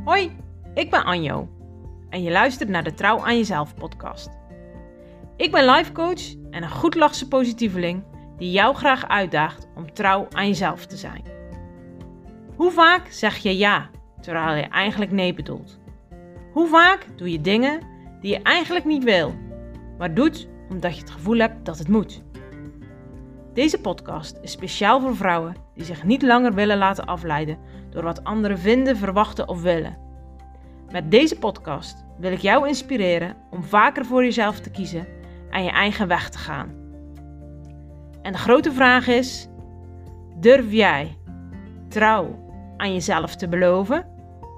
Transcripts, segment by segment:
Hoi, ik ben Anjo en je luistert naar de Trouw aan Jezelf podcast. Ik ben lifecoach en een goedlachse positieveling die jou graag uitdaagt om trouw aan jezelf te zijn. Hoe vaak zeg je ja, terwijl je eigenlijk nee bedoelt? Hoe vaak doe je dingen die je eigenlijk niet wil, maar doet omdat je het gevoel hebt dat het moet? Deze podcast is speciaal voor vrouwen die zich niet langer willen laten afleiden door wat anderen vinden, verwachten of willen. Met deze podcast wil ik jou inspireren om vaker voor jezelf te kiezen en je eigen weg te gaan. En de grote vraag is: durf jij trouw aan jezelf te beloven?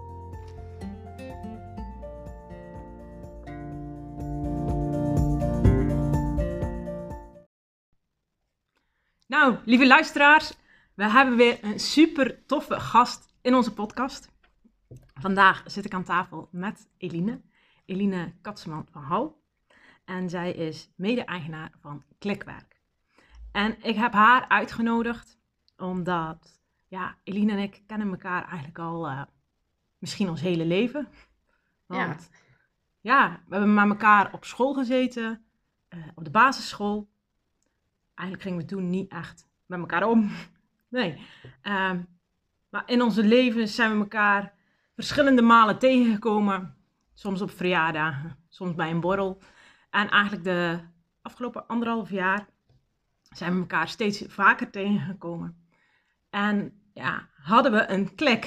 Nou, lieve luisteraars, we hebben weer een super toffe gast in onze podcast. Vandaag zit ik aan tafel met Eline Katsman van Hal. En zij is mede-eigenaar van Klikwerk. En ik heb haar uitgenodigd omdat, Eline en ik kennen elkaar eigenlijk al misschien ons hele leven. Want we hebben met elkaar op school gezeten, op de basisschool. Eigenlijk gingen we toen niet echt met elkaar om. Nee. Maar in onze levens zijn we elkaar verschillende malen tegengekomen. Soms op verjaardagen, soms bij een borrel. En eigenlijk de afgelopen 1,5 jaar zijn we elkaar steeds vaker tegengekomen. En hadden we een klik.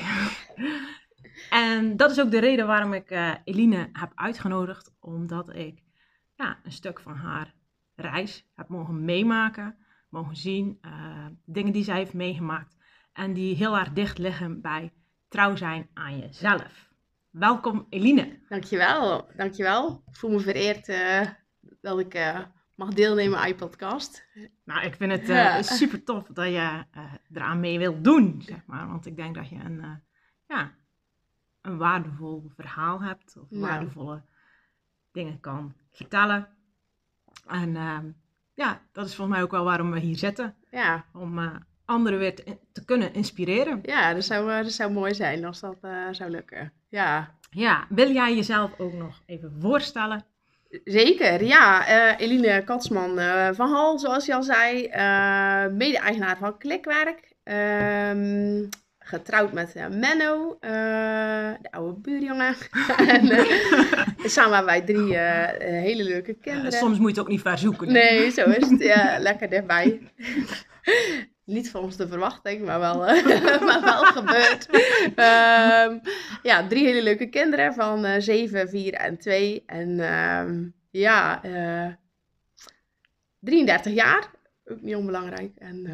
En dat is ook de reden waarom ik Eline heb uitgenodigd. Omdat ik een stuk van haar reis heb mogen meemaken, mogen zien. Dingen die zij heeft meegemaakt. En die heel erg dicht liggen bij trouw zijn aan jezelf. Welkom Eline. Dankjewel. Ik voel me vereerd dat ik mag deelnemen aan je podcast. Nou, ik vind het super tof dat je eraan mee wilt doen, zeg maar. Want ik denk dat je een waardevol verhaal hebt. Of waardevolle dingen kan vertellen. En dat is volgens mij ook wel waarom we hier zitten. Ja. Om anderen weer te kunnen inspireren. Ja, dat zou mooi zijn als dat zou lukken. Ja. Ja, wil jij jezelf ook nog even voorstellen? Zeker, ja. Eline Katsman van Hal, zoals je al zei. Mede-eigenaar van Klikwerk. Getrouwd met Menno, de oude buurjongen. En samen hebben wij 3 hele leuke kinderen. Soms moet je het ook niet ver zoeken. Nee, zo is het. Ja, lekker dichtbij. Niet volgens de verwachting, maar wel gebeurd. 3 hele leuke kinderen van 7, 4 en 2. En 33 jaar. Ook niet onbelangrijk. En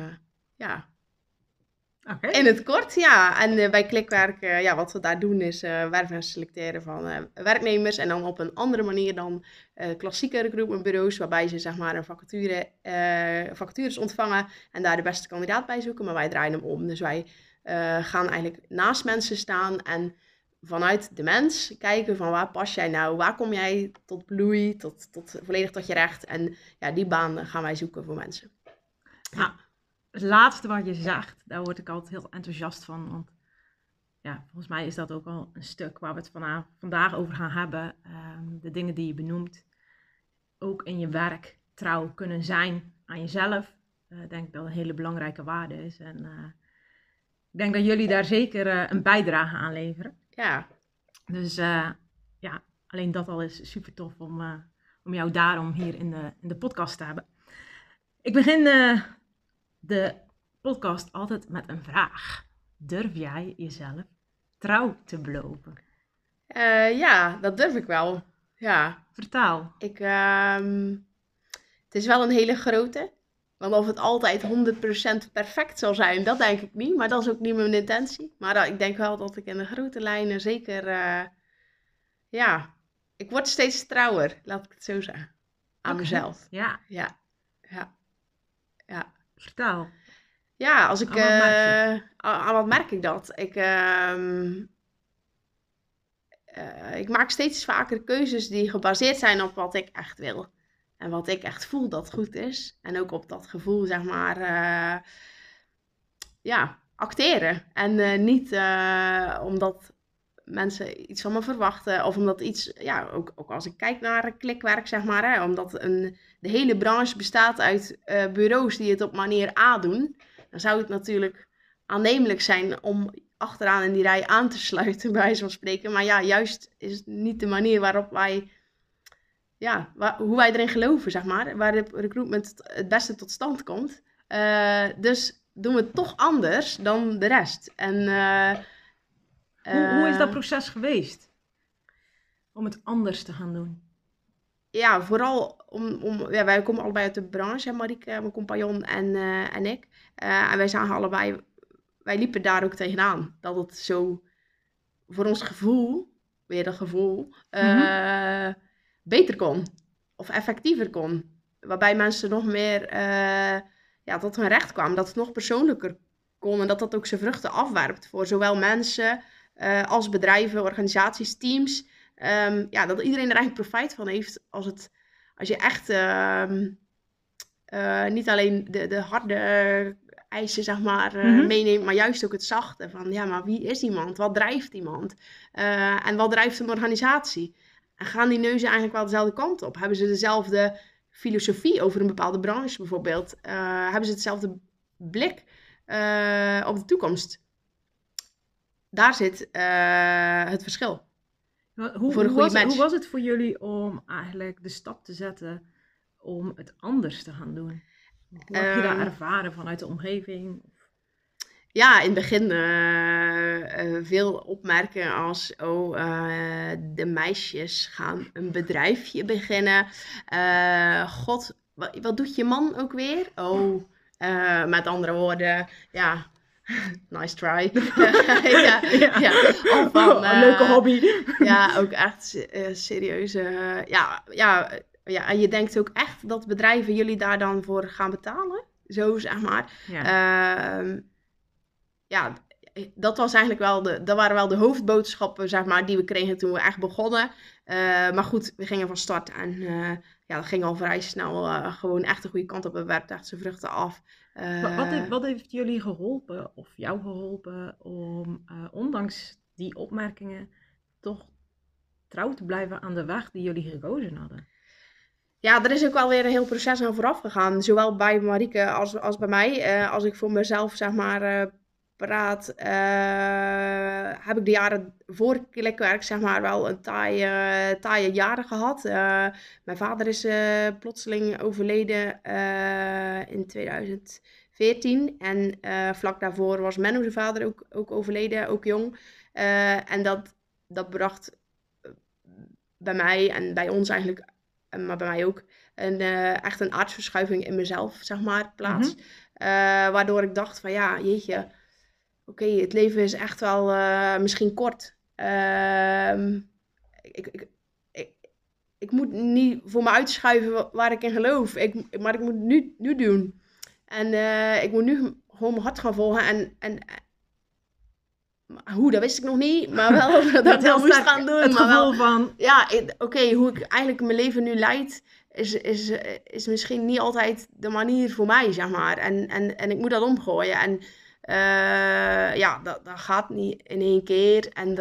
Okay. In het kort, ja. En bij Klikwerk, wat we daar doen is werven en selecteren van werknemers. En dan op een andere manier dan klassieke recruitmentbureaus, waarbij ze zeg maar een vacatures ontvangen en daar de beste kandidaat bij zoeken. Maar wij draaien hem om. Dus wij gaan eigenlijk naast mensen staan en vanuit de mens kijken van waar pas jij nou, waar kom jij tot bloei, tot volledig tot je recht. En die baan gaan wij zoeken voor mensen. Ja. Het laatste wat je zegt, daar word ik altijd heel enthousiast van. Want volgens mij is dat ook al een stuk waar we het vandaag over gaan hebben. De dingen die je benoemt. Ook in je werk trouw kunnen zijn aan jezelf. Ik denk dat een hele belangrijke waarde is. En ik denk dat jullie daar zeker een bijdrage aan leveren. Ja. Dus alleen dat al is super tof om jou daarom hier in de podcast te hebben. Ik begin de podcast altijd met een vraag. Durf jij jezelf trouw te beloven? Dat durf ik wel. Ja. Vertel. Het is wel een hele grote. Want of het altijd 100% perfect zal zijn, dat denk ik niet. Maar dat is ook niet mijn intentie. Maar ik denk wel dat ik in de grote lijnen zeker... ik word steeds trouwer, laat ik het zo zeggen. Aan mezelf. Ja. Vertel. Ja, als ik... Aan wat merk ik dat? Ik maak steeds vaker keuzes die gebaseerd zijn op wat ik echt wil. En wat ik echt voel dat goed is. En ook op dat gevoel, zeg maar, acteren. En niet omdat mensen iets van me verwachten. Of omdat iets, ja, ook als ik kijk naar klikwerk, zeg maar. Hè, omdat de hele branche bestaat uit bureaus die het op manier A doen. Dan zou het natuurlijk aannemelijk zijn om achteraan in die rij aan te sluiten, bij wijze van spreken. Maar ja, juist is het niet de manier waarop wij, ja, hoe wij erin geloven, zeg maar. Waar de recruitment het beste tot stand komt. Dus doen we het toch anders dan de rest. En Hoe is dat proces geweest? Om het anders te gaan doen? Ja, vooral ja, wij komen allebei uit de branche, hè, Marieke, mijn compagnon en ik. En wij zagen allebei, wij liepen daar ook tegenaan. Dat het zo, voor ons gevoel, weer dat gevoel, beter kon. Of effectiever kon. Waarbij mensen nog meer ja, tot hun recht kwamen. Dat het nog persoonlijker kon. En dat dat ook zijn vruchten afwerpt voor zowel mensen als bedrijven, organisaties, teams. Ja, dat iedereen er eigenlijk profijt van heeft als je echt niet alleen de harde eisen, zeg maar, meeneemt, maar juist ook het zachte. Van, ja, maar wie is iemand? Wat drijft iemand? En wat drijft een organisatie? En gaan die neuzen eigenlijk wel dezelfde kant op? Hebben ze dezelfde filosofie over een bepaalde branche bijvoorbeeld? Hebben ze hetzelfde blik op de toekomst? Daar zit het verschil. Hoe was het voor jullie om eigenlijk de stap te zetten om het anders te gaan doen? Hoe heb je dat ervaren vanuit de omgeving? Ja, in het begin veel opmerken als, de meisjes gaan een bedrijfje beginnen. God, wat doet je man ook weer? Met andere woorden, ja, nice try. ja. Of van, een leuke hobby. Ja, ook echt serieuze. En je denkt ook echt dat bedrijven jullie daar dan voor gaan betalen? Zo, zeg maar. Ja, dat was eigenlijk dat waren wel de hoofdboodschappen, zeg maar, die we kregen toen we echt begonnen. Maar goed, we gingen van start en dat ging al vrij snel gewoon echt de goede kant op. Het werpt echt zijn vruchten af. Wat heeft jullie geholpen, of jou geholpen, om ondanks die opmerkingen toch trouw te blijven aan de weg die jullie gekozen hadden? Ja, er is ook wel weer een heel proces aan vooraf gegaan. Zowel bij Marieke als bij mij. Als ik voor mezelf, zeg maar, praat, heb ik de jaren voor klikwerk, zeg maar, wel een taaie jaren gehad. Mijn vader is plotseling overleden in 2014. En vlak daarvoor was Menno, zijn vader, ook overleden, ook jong. En dat bracht bij mij en bij ons eigenlijk, maar bij mij ook, echt een aardverschuiving in mezelf, zeg maar, plaats. Waardoor ik dacht van, ja, jeetje, oké, het leven is echt wel misschien kort. Ik moet niet voor me uitschuiven waar ik in geloof. Maar ik moet nu doen. En ik moet nu gewoon mijn hart gaan volgen. En hoe, dat wist ik nog niet. Maar wel dat ik dat moest gaan doen. Het gevoel van... Ja, hoe ik eigenlijk mijn leven nu leid, is misschien niet altijd de manier voor mij, zeg maar. En ik moet dat omgooien. En dat gaat niet in één keer. En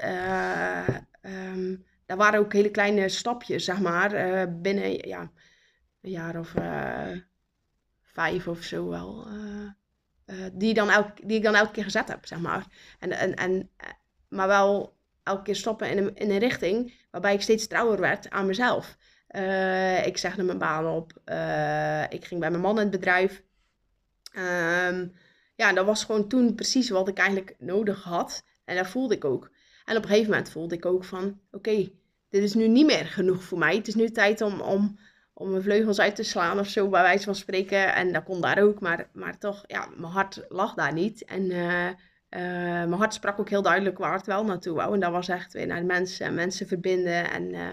daar waren ook hele kleine stapjes, zeg maar. Binnen een jaar of 5 of zo wel. Die ik dan elke keer gezet heb, zeg maar. Maar wel elke keer stoppen in een richting waarbij ik steeds trouwer werd aan mezelf. Ik zegde mijn baan op. Ik ging bij mijn man in het bedrijf. Dat was gewoon toen precies wat ik eigenlijk nodig had. En dat voelde ik ook. En op een gegeven moment voelde ik ook van, oké, dit is nu niet meer genoeg voor mij. Het is nu tijd om mijn vleugels uit te slaan of zo, bij wijze van spreken. En dat kon daar ook, maar toch, ja, mijn hart lag daar niet. En mijn hart sprak ook heel duidelijk waar het wel naartoe wou. En dat was echt weer naar de mensen verbinden.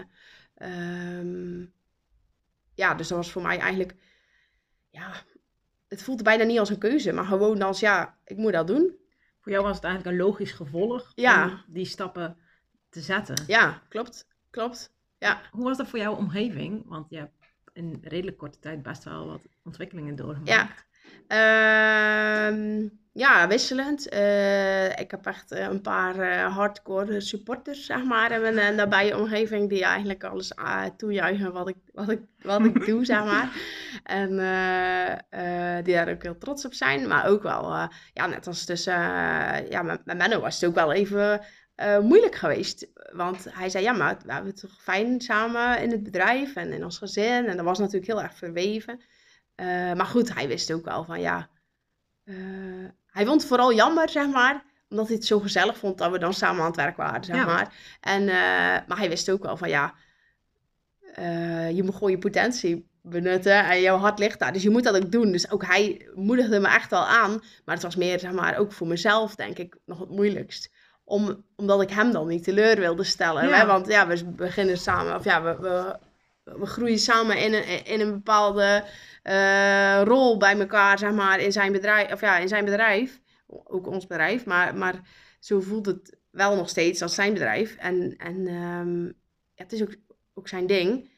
En dus dat was voor mij eigenlijk, ja, het voelde bijna niet als een keuze, maar gewoon als, ja, ik moet dat doen. Voor jou was het eigenlijk een logisch gevolg om die stappen te zetten. Ja, klopt. Ja. Hoe was dat voor jouw omgeving? Want je hebt in redelijk korte tijd best wel wat ontwikkelingen doorgemaakt. Ja, Ja, wisselend. Ik heb echt een paar hardcore supporters, zeg maar, in mijn nabije omgeving die eigenlijk alles toejuichen wat ik doe, zeg maar. En die daar ook heel trots op zijn. Maar ook wel, ja, net als tussen, ja, met Menno was het ook wel even moeilijk geweest. Want hij zei, ja, maar we hebben het toch fijn samen in het bedrijf en in ons gezin. En dat was natuurlijk heel erg verweven. Maar goed, hij wist ook wel van, ja... hij vond het vooral jammer, zeg maar, omdat hij het zo gezellig vond dat we dan samen aan het werk waren, zeg maar. En, maar hij wist ook wel van, ja, je moet gewoon je potentie benutten en jouw hart ligt daar. Dus je moet dat ook doen. Dus ook hij moedigde me echt wel aan. Maar het was meer, zeg maar, ook voor mezelf, denk ik, nog het moeilijkst. Omdat ik hem dan niet teleur wilde stellen. Ja. Hè? Want ja, we beginnen samen, of ja, we groeien samen in een bepaalde rol bij elkaar, zeg maar, in zijn bedrijf. Of ja, in zijn bedrijf. Ook ons bedrijf. Maar zo voelt het wel nog steeds als zijn bedrijf. En ja, het is ook zijn ding.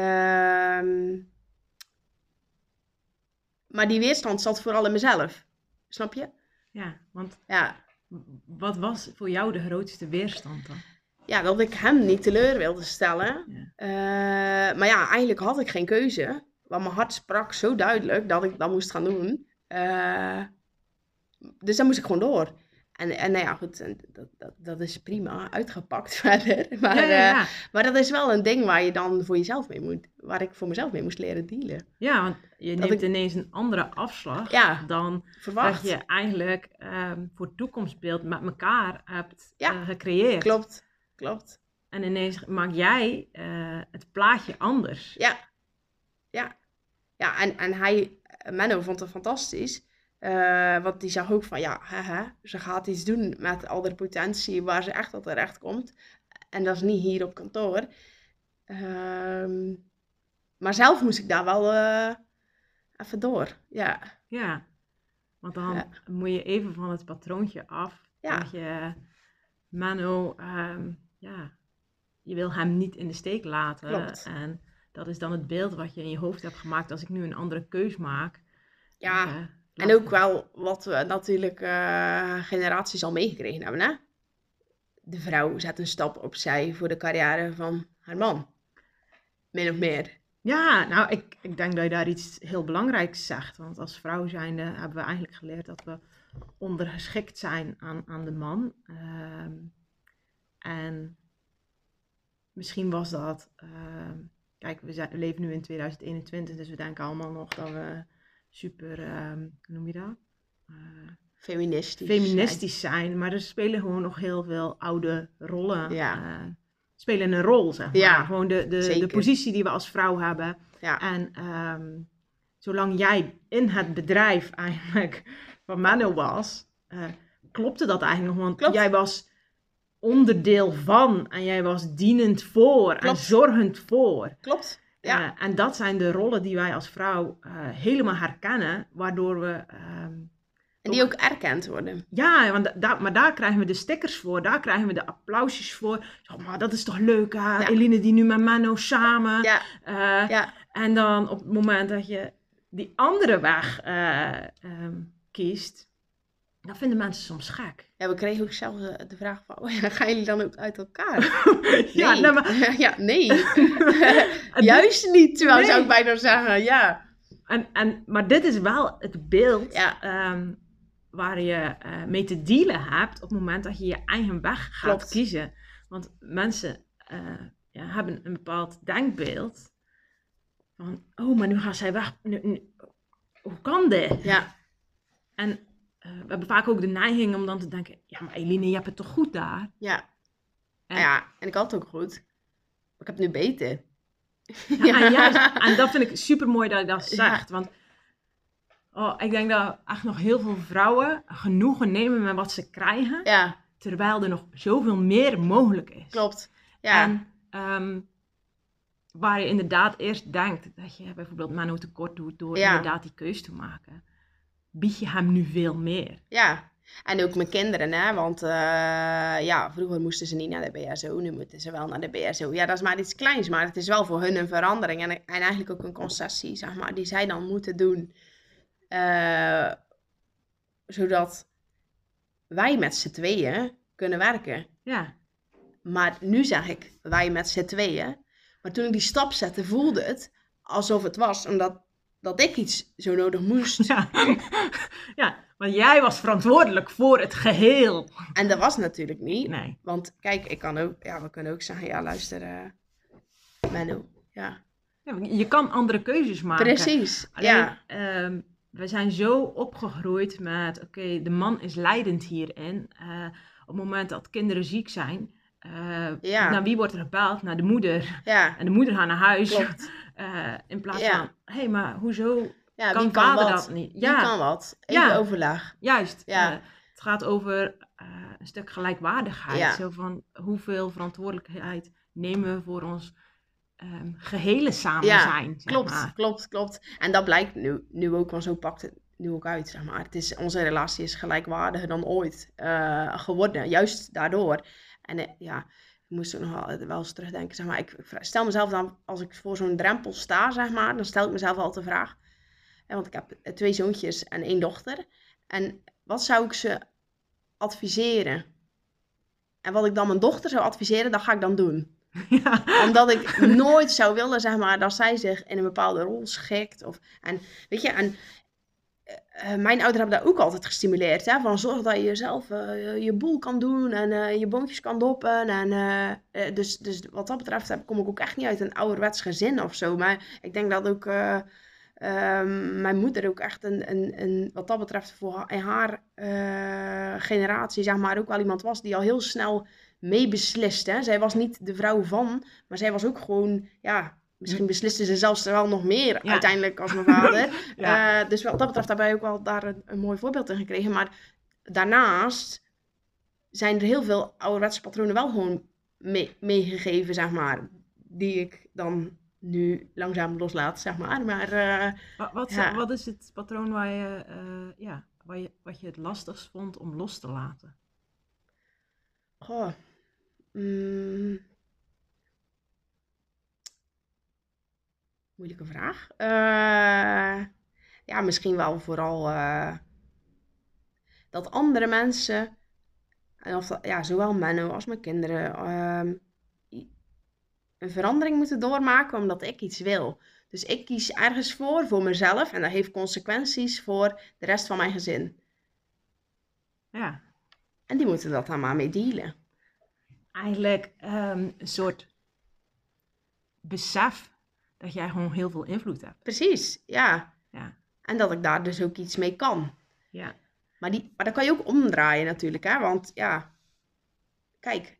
Maar die weerstand zat vooral in mezelf. Snap je? Ja, want Ja. wat was voor jou de grootste weerstand dan? Ja, dat ik hem niet teleur wilde stellen. Ja. Maar ja, eigenlijk had ik geen keuze. Want mijn hart sprak zo duidelijk dat ik dat moest gaan doen. Dus dan moest ik gewoon door. En nou ja, goed, dat is prima uitgepakt verder. Maar, maar dat is wel een ding waar je dan voor jezelf mee moet, waar ik voor mezelf mee moest leren dealen. Ja, want je neemt ineens een andere afslag dan verwacht. Dat je eigenlijk voor het toekomstbeeld met elkaar hebt gecreëerd. Klopt. En ineens maak jij het plaatje anders. Ja, en Menno vond het fantastisch. Want die zag ook van, ja, ze gaat iets doen met al de potentie waar ze echt tot terecht komt. En dat is niet hier op kantoor. Maar zelf moest ik daar wel even door, ja. Ja, want dan moet je even van het patroontje af. Ja. Dat je Menno, je wil hem niet in de steek laten. Klopt. En dat is dan het beeld wat je in je hoofd hebt gemaakt als ik nu een andere keus maak. Ja. En ook wel wat we natuurlijk generaties al meegekregen hebben, hè? De vrouw zet een stap opzij voor de carrière van haar man. Min of meer. Ja, nou, ik denk dat je daar iets heel belangrijks zegt. Want als vrouw zijnde hebben we eigenlijk geleerd dat we ondergeschikt zijn aan de man. En misschien was dat... kijk, we leven nu in 2021, dus we denken allemaal nog dat we super, hoe noem je dat? Feministisch zijn. Maar er spelen gewoon nog heel veel oude rollen. Ja. Spelen een rol, zeg maar. Ja, gewoon de positie die we als vrouw hebben. Ja. En zolang jij in het bedrijf eigenlijk van Menno was, klopte dat eigenlijk nog. Want jij was onderdeel van en jij was dienend voor en zorgend voor. Klopt. Ja. En dat zijn de rollen die wij als vrouw helemaal herkennen, waardoor we... en die ook erkend worden. Ja, want maar daar krijgen we de stickers voor, daar krijgen we de applausjes voor. Zo, maar dat is toch leuk, hè? Ja. Eline die nu met Menno samen. Ja. En dan op het moment dat je die andere weg kiest, dan vinden mensen soms gek. Ja, we kregen ook zelfs de vraag van, gaan jullie dan ook uit elkaar? Nee. Juist niet, terwijl zou ik bijna zeggen, ja. Maar dit is wel het beeld waar je mee te dealen hebt op het moment dat je je eigen weg gaat kiezen. Want mensen hebben een bepaald denkbeeld van, oh, maar nu gaat zij weg. Hoe kan dit? Ja. En we hebben vaak ook de neiging om dan te denken, ja, maar Eline, je hebt het toch goed daar? Ja. En ik had het ook goed. Maar ik heb het nu beter. En dat vind ik super mooi dat je dat zegt. Want ik denk dat echt nog heel veel vrouwen genoegen nemen met wat ze krijgen. Ja. Terwijl er nog zoveel meer mogelijk is. Klopt. Ja. En waar je inderdaad eerst denkt dat je bijvoorbeeld Menno tekort doet door inderdaad die keus te maken, bied je hem nu veel meer. Ja. En ook mijn kinderen, hè, want vroeger moesten ze niet naar de BSO, nu moeten ze wel naar de BSO. Ja, dat is maar iets kleins, maar het is wel voor hun een verandering en eigenlijk ook een concessie, zeg maar, die zij dan moeten doen. Zodat wij met z'n tweeën kunnen werken. Ja. Maar nu zeg ik wij met z'n tweeën. Maar toen ik die stap zette, voelde het alsof het was omdat dat ik iets zo nodig moest. Ja. Ja, want jij was verantwoordelijk voor het geheel. En dat was natuurlijk niet. Nee. Want kijk, we kunnen ook zeggen, ja luister, Menno. Ja. Ja, je kan andere keuzes maken. Precies, Alleen, we zijn zo opgegroeid met, oké, de man is leidend hierin. Op het moment dat kinderen ziek zijn, naar wie wordt er gebeld? Naar de moeder. Ja. En de moeder gaat naar huis. Klopt. In plaats van, hé, maar hoezo Ja, kan wie kan vader wat? dat niet? Wie kan wat? Even overleg. Juist. Ja. Het gaat over een stuk gelijkwaardigheid. Ja. Zo van, hoeveel verantwoordelijkheid nemen we voor ons gehele samen zijn. Zeg maar. Klopt. En dat blijkt nu ook, want zo pakt het nu ook uit, zeg maar. Onze relatie is gelijkwaardiger dan ooit geworden, juist daardoor. En ik moest ook nog wel eens terugdenken, zeg maar. Ik stel mezelf dan, als ik voor zo'n drempel sta, zeg maar, dan stel ik mezelf altijd de vraag. Want ik heb 2 zoontjes en 1 dochter. En wat zou ik ze adviseren? En wat ik dan mijn dochter zou adviseren, dat ga ik dan doen. Ja. Omdat ik nooit zou willen, zeg maar, dat zij zich in een bepaalde rol schikt. Mijn ouders hebben dat ook altijd gestimuleerd. Hè? Van zorg dat je jezelf je boel kan doen en je boontjes kan doppen. En, dus wat dat betreft kom ik ook echt niet uit een ouderwets gezin of zo. Maar ik denk dat ook mijn moeder ook echt een wat dat betreft in haar generatie, zeg maar, ook wel iemand was die al heel snel meebesliste. Zij was niet de vrouw van, maar zij was ook gewoon, misschien besliste ze zelfs wel nog meer uiteindelijk als mijn vader. Dus wat dat betreft hebben wij ook wel daar een mooi voorbeeld in gekregen. Maar daarnaast zijn er heel veel ouderwetse patronen wel gewoon meegegeven, zeg maar, die ik dan nu langzaam loslaat, zeg maar. Wat is het patroon wat je het lastigst vond om los te laten? Moeilijke vraag. Misschien wel vooral dat andere mensen, zowel Menno als mijn kinderen, een verandering moeten doormaken omdat ik iets wil. Dus ik kies ergens voor mezelf en dat heeft consequenties voor de rest van mijn gezin. Ja. En die moeten dat dan maar mee dealen. Eigenlijk een soort besef dat jij gewoon heel veel invloed hebt. Precies, ja. En dat ik daar dus ook iets mee kan. Ja. Maar dat kan je ook omdraaien natuurlijk, hè. Want kijk,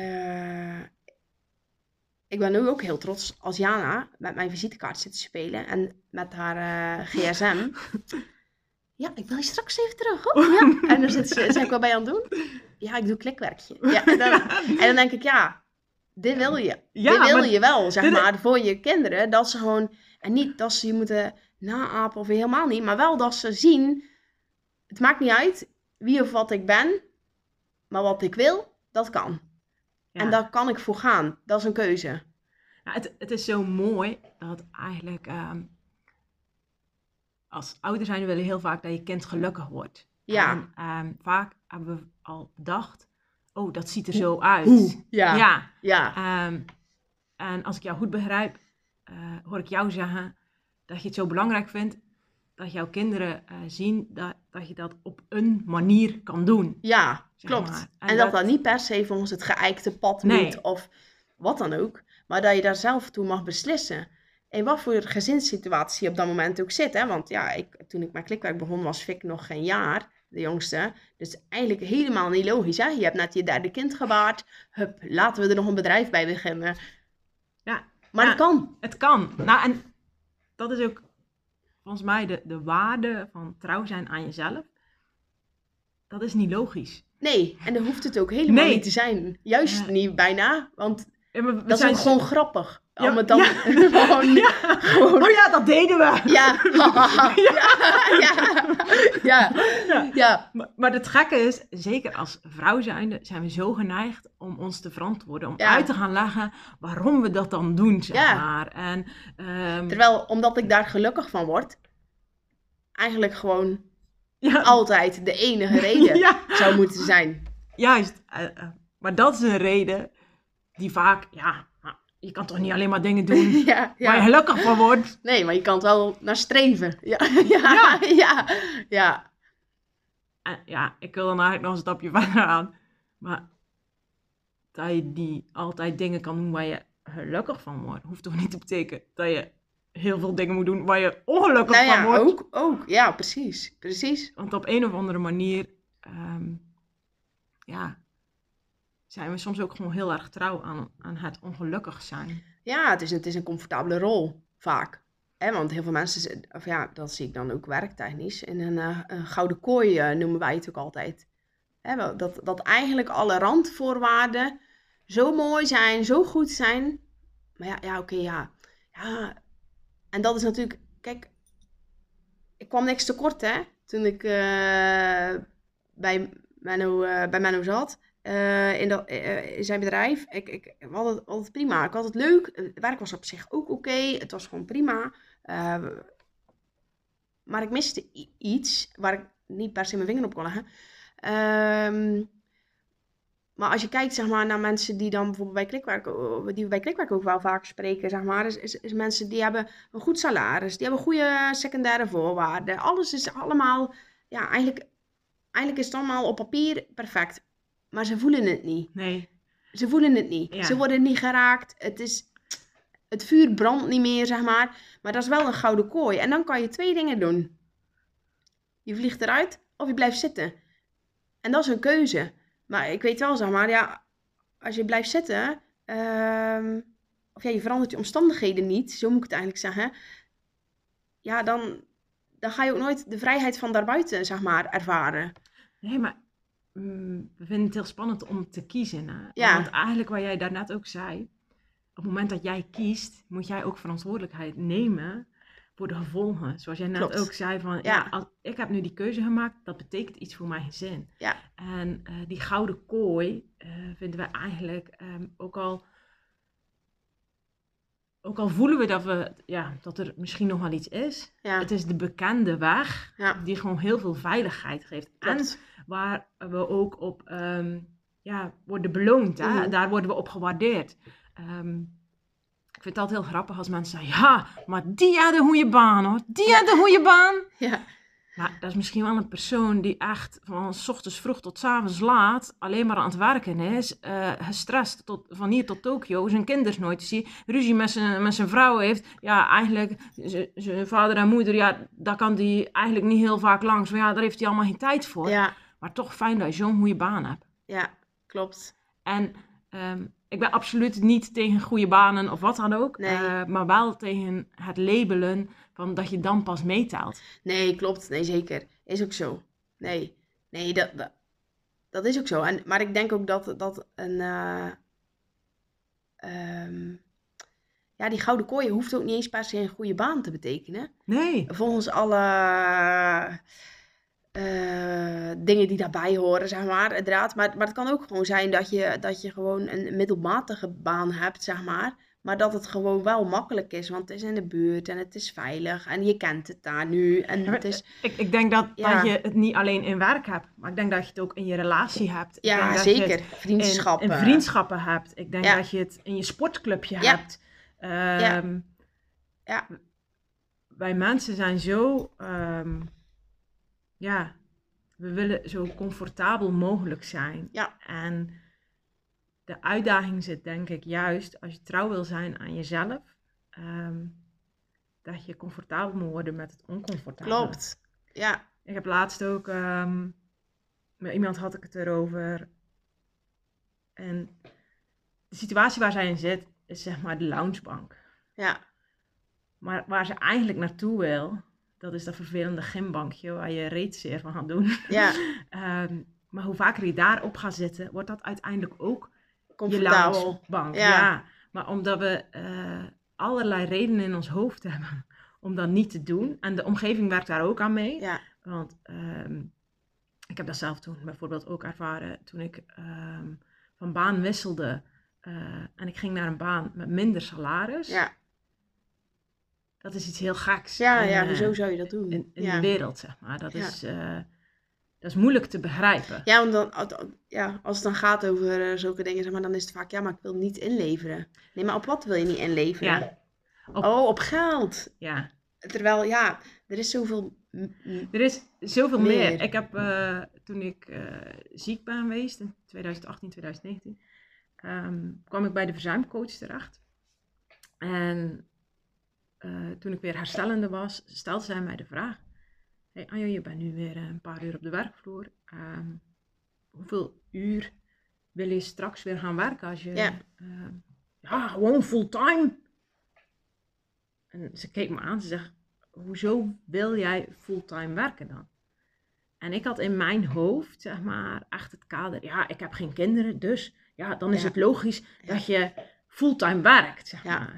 ik ben nu ook heel trots als Jana met mijn visitekaart zit te spelen en met haar gsm. Ja, ik wil je straks even terug. Oh, ja. En dan zeg ik, wat ben je aan het doen? Ja, ik doe klikwerkje. Ja, en dan denk ik, dit wil je. Ja, dit wil je wel, zeg maar, voor je kinderen. Dat ze gewoon, en niet dat ze je moeten naapen of helemaal niet, maar wel dat ze zien, het maakt niet uit wie of wat ik ben, maar wat ik wil, dat kan. Ja. En daar kan ik voor gaan. Dat is een keuze. Ja, het is zo mooi dat eigenlijk als ouder zijn willen heel vaak dat je kind gelukkig wordt. Ja. En vaak hebben we al bedacht, oh, dat ziet er zo uit. Ja. En als ik jou goed begrijp, hoor ik jou zeggen dat je het zo belangrijk vindt dat jouw kinderen zien dat je dat op een manier kan doen. Ja, klopt. Maar. En dat niet per se volgens het geëikte pad moet of wat dan ook. Maar dat je daar zelf toe mag beslissen. En wat voor gezinssituatie je op dat moment ook zit. Hè? Want toen ik mijn klikwerk begon was Fik nog geen jaar, de jongste. Dus eigenlijk helemaal niet logisch. Hè? Je hebt net je 3e kind gebaard. Hup, laten we er nog een bedrijf bij beginnen. Ja. Maar het kan. Het kan. Nou, en dat is ook volgens mij de waarde van trouw zijn aan jezelf. Dat is niet logisch. Nee, en dat hoeft het ook helemaal niet te zijn. Juist niet bijna, want dat is ook gewoon grappig. Ja, om het dan gewoon... Oh ja, dat deden we. Ja. Maar het gekke is, zeker als vrouw zijnde, zijn we zo geneigd om ons te verantwoorden. Om uit te gaan leggen waarom we dat dan doen, zeg maar. En, terwijl, omdat ik daar gelukkig van word, eigenlijk gewoon Ja, altijd de enige reden ja, zou moeten zijn. juist. Maar dat is een reden die vaak, je kan toch niet alleen maar dingen doen Ja, waar je ja. gelukkig van wordt. Nee, maar je kan het wel naar streven. Ja, Ja. ja, ja, ja. En ja, ik wil dan eigenlijk nog een stapje verder aan. Maar dat je niet altijd dingen kan doen waar je gelukkig van wordt, hoeft toch niet te betekenen dat je heel veel dingen moet doen waar je ongelukkig Nou van ja, wordt. ook. Ja, precies. Precies. Want op een of andere manier, zijn we soms ook gewoon heel erg trouw aan het ongelukkig zijn. Ja, het is een comfortabele rol, vaak. Want heel veel mensen, of ja, dat zie ik dan ook werktechnisch, in een gouden kooi noemen wij het ook altijd. Dat eigenlijk alle randvoorwaarden zo mooi zijn, zo goed zijn. Maar ja, oké, ja. Ja, en dat is natuurlijk, kijk, ik kwam niks tekort, hè, toen ik bij Menno zat. In zijn bedrijf. We hadden het prima. Ik had het leuk. Het werk was op zich ook oké. Het was gewoon prima. Maar ik miste iets waar ik niet per se mijn vinger op kon leggen. Maar als je kijkt, zeg maar, naar mensen die dan bijvoorbeeld bij Klikwerk, die we bij Klikwerk ook wel vaak spreken, zeg maar, is mensen die hebben een goed salaris, die hebben goede secundaire voorwaarden. Alles is allemaal, ja, eigenlijk is het allemaal op papier perfect. Maar ze voelen het niet. Nee. Ze voelen het niet. Ja. Ze worden niet geraakt. Het vuur brandt niet meer, zeg maar. Maar dat is wel een gouden kooi. En dan kan je 2 dingen doen. Je vliegt eruit of je blijft zitten. En dat is een keuze. Maar ik weet wel, zeg maar, ja, als je blijft zitten, of ja, je verandert je omstandigheden niet, zo moet ik het eigenlijk zeggen, ja, dan ga je ook nooit de vrijheid van daarbuiten, zeg maar, ervaren. Nee, maar we vinden het heel spannend om te kiezen. Hè? Ja. Want eigenlijk wat jij daarnet ook zei, op het moment dat jij kiest, moet jij ook verantwoordelijkheid nemen voor de gevolgen. Zoals jij net Klopt. ook zei van, ik heb nu die keuze gemaakt, dat betekent iets voor mijn gezin. Ja. En die gouden kooi vinden we eigenlijk, ook al voelen we dat er misschien nog wel iets is. Ja. Het is de bekende weg die gewoon heel veel veiligheid geeft. Klopt. En waar we ook op worden beloond. Hè? Mhm. Daar worden we op gewaardeerd. Ik vind het altijd heel grappig als mensen zeggen, ja, maar die had een goede baan hoor. Die had een goede baan. Ja. Maar dat is misschien wel een persoon die echt van 's ochtends vroeg tot 's avonds laat alleen maar aan het werken is. Gestrest van hier tot Tokio, zijn kinderen nooit te zien. Ruzie met zijn vrouw heeft. Ja, eigenlijk zijn vader en moeder, ja, daar kan hij eigenlijk niet heel vaak langs. Maar ja, daar heeft hij allemaal geen tijd voor. Ja. Maar toch fijn dat je zo'n goede baan hebt. Ja, klopt. En ik ben absoluut niet tegen goede banen of wat dan ook. Nee. Maar wel tegen het labelen van dat je dan pas meetelt. Nee, klopt. Nee, zeker. Is ook zo. Nee, dat is ook zo. Maar ik denk ook dat een... die gouden kooi hoeft ook niet eens per se een goede baan te betekenen. Nee. Volgens alle dingen die daarbij horen, zeg maar, inderdaad. Maar het kan ook gewoon zijn dat je gewoon een middelmatige baan hebt, zeg maar. Maar dat het gewoon wel makkelijk is, want het is in de buurt en het is veilig en je kent het daar nu. En het is... Ik denk dat je het niet alleen in werk hebt, maar ik denk dat je het ook in je relatie hebt. Ik denk Ja, dat zeker. je het Vriendschappen. in vriendschappen hebt. Ik denk Ja. dat je het in je sportclubje Ja. hebt. Ja. Wij mensen zijn zo... we willen zo comfortabel mogelijk zijn. Ja. En de uitdaging zit denk ik juist, als je trouw wil zijn aan jezelf, dat je comfortabel moet worden met het oncomfortabele. Klopt. Ja. Ik heb laatst ook, met iemand had ik het erover. En de situatie waar zij in zit, is zeg maar de loungebank. Ja. Maar waar ze eigenlijk naartoe wil, dat is dat vervelende gymbankje waar je reetzeer van gaat doen. Ja. Maar hoe vaker je daarop gaat zitten, wordt dat uiteindelijk ook Comfortabel. je loungebank. Ja. Ja. Maar omdat we allerlei redenen in ons hoofd hebben om dat niet te doen. En de omgeving werkt daar ook aan mee. Ja. Want ik heb dat zelf toen bijvoorbeeld ook ervaren toen ik van baan wisselde. En ik ging naar een baan met minder salaris. Ja. dat is iets heel geks. Ja, hoezo zou je dat doen? In Ja. de wereld, zeg maar. Dat Ja. is moeilijk te begrijpen. Ja, want dan, als het dan gaat over zulke dingen, zeg maar, dan is het vaak, ja, maar ik wil niet inleveren. Nee, maar op wat wil je niet inleveren? Ja. Op geld. Ja. Terwijl, ja, er is zoveel... Er is zoveel meer. Meer. Ik heb, toen ik ziek ben geweest, in 2018, 2019, kwam ik bij de verzuimcoach terecht. En toen ik weer herstellende was, stelde zij mij de vraag: hey Anjo, je bent nu weer een paar uur op de werkvloer. Hoeveel uur wil je straks weer gaan werken als je... Ja, gewoon fulltime. En ze keek me aan, ze zegt: hoezo wil jij fulltime werken dan? En ik had in mijn hoofd, zeg maar, echt het kader. Ja, ik heb geen kinderen, dus ja, dan is het logisch dat je fulltime werkt, zeg maar.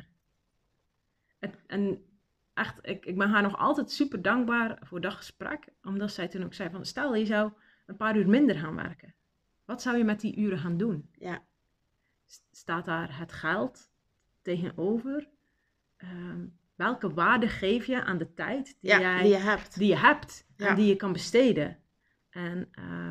En echt, ik ben haar nog altijd super dankbaar voor dat gesprek. Omdat zij toen ook zei van, stel je zou een paar uur minder gaan werken. Wat zou je met die uren gaan doen? Ja. Staat daar het geld tegenover? Welke waarde geef je aan de tijd die je hebt en die je kan besteden? En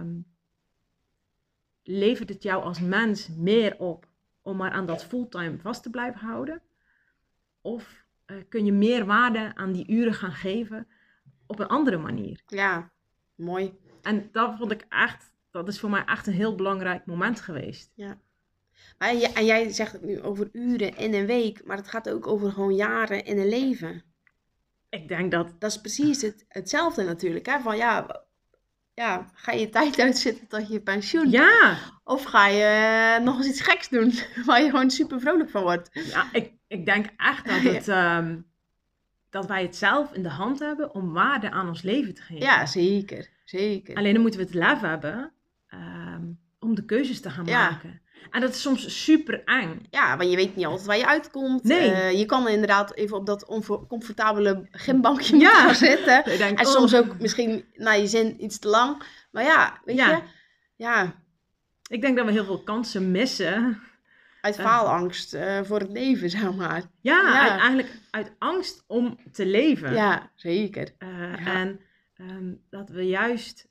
levert het jou als mens meer op om maar aan dat fulltime vast te blijven houden? Of kun je meer waarde aan die uren gaan geven op een andere manier? Ja, mooi. En dat is voor mij echt een heel belangrijk moment geweest. Ja. En jij zegt het nu over uren in een week, maar het gaat ook over gewoon jaren in een leven. Ik denk dat... Dat is precies hetzelfde natuurlijk. Hè? Van ga je tijd uitzitten tot je pensioen? Ja! Of ga je nog eens iets geks doen waar je gewoon super vrolijk van wordt? Ja, ik denk echt dat wij het zelf in de hand hebben om waarde aan ons leven te geven. Ja, zeker. Alleen dan moeten we het lef hebben om de keuzes te gaan maken. En dat is soms super eng. Ja, want je weet niet altijd waar je uitkomt. Nee. Je kan inderdaad even op dat oncomfortabele gymbankje gaan zitten. En soms ook misschien naar je zin iets te lang. Maar ja, weet je. Ja. Ik denk dat we heel veel kansen missen. Uit faalangst voor het leven, zeg maar. Eigenlijk uit angst om te leven. Ja, zeker. En dat we juist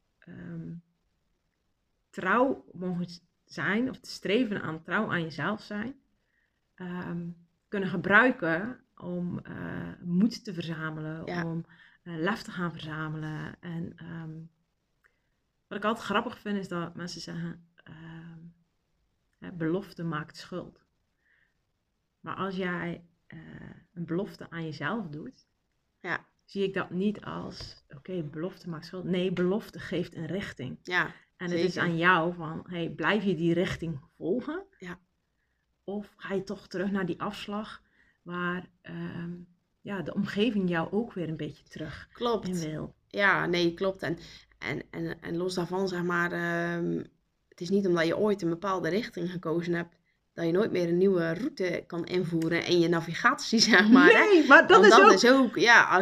trouw mogen zijn, of te streven aan trouw aan jezelf zijn, kunnen gebruiken om moed te verzamelen, om lef te gaan verzamelen. En wat ik altijd grappig vind is dat mensen zeggen, belofte maakt schuld. Maar als jij een belofte aan jezelf doet, zie ik dat niet als, belofte maakt schuld. Nee, belofte geeft een richting. Ja. En het is aan jou van, blijf je die richting volgen? Ja. Of ga je toch terug naar die afslag waar de omgeving jou ook weer een beetje terug in wil? Ja, nee, klopt. En los daarvan, zeg maar, het is niet omdat je ooit een bepaalde richting gekozen hebt, dat je nooit meer een nieuwe route kan invoeren in je navigatie, zeg maar. Nee, maar dat is ook...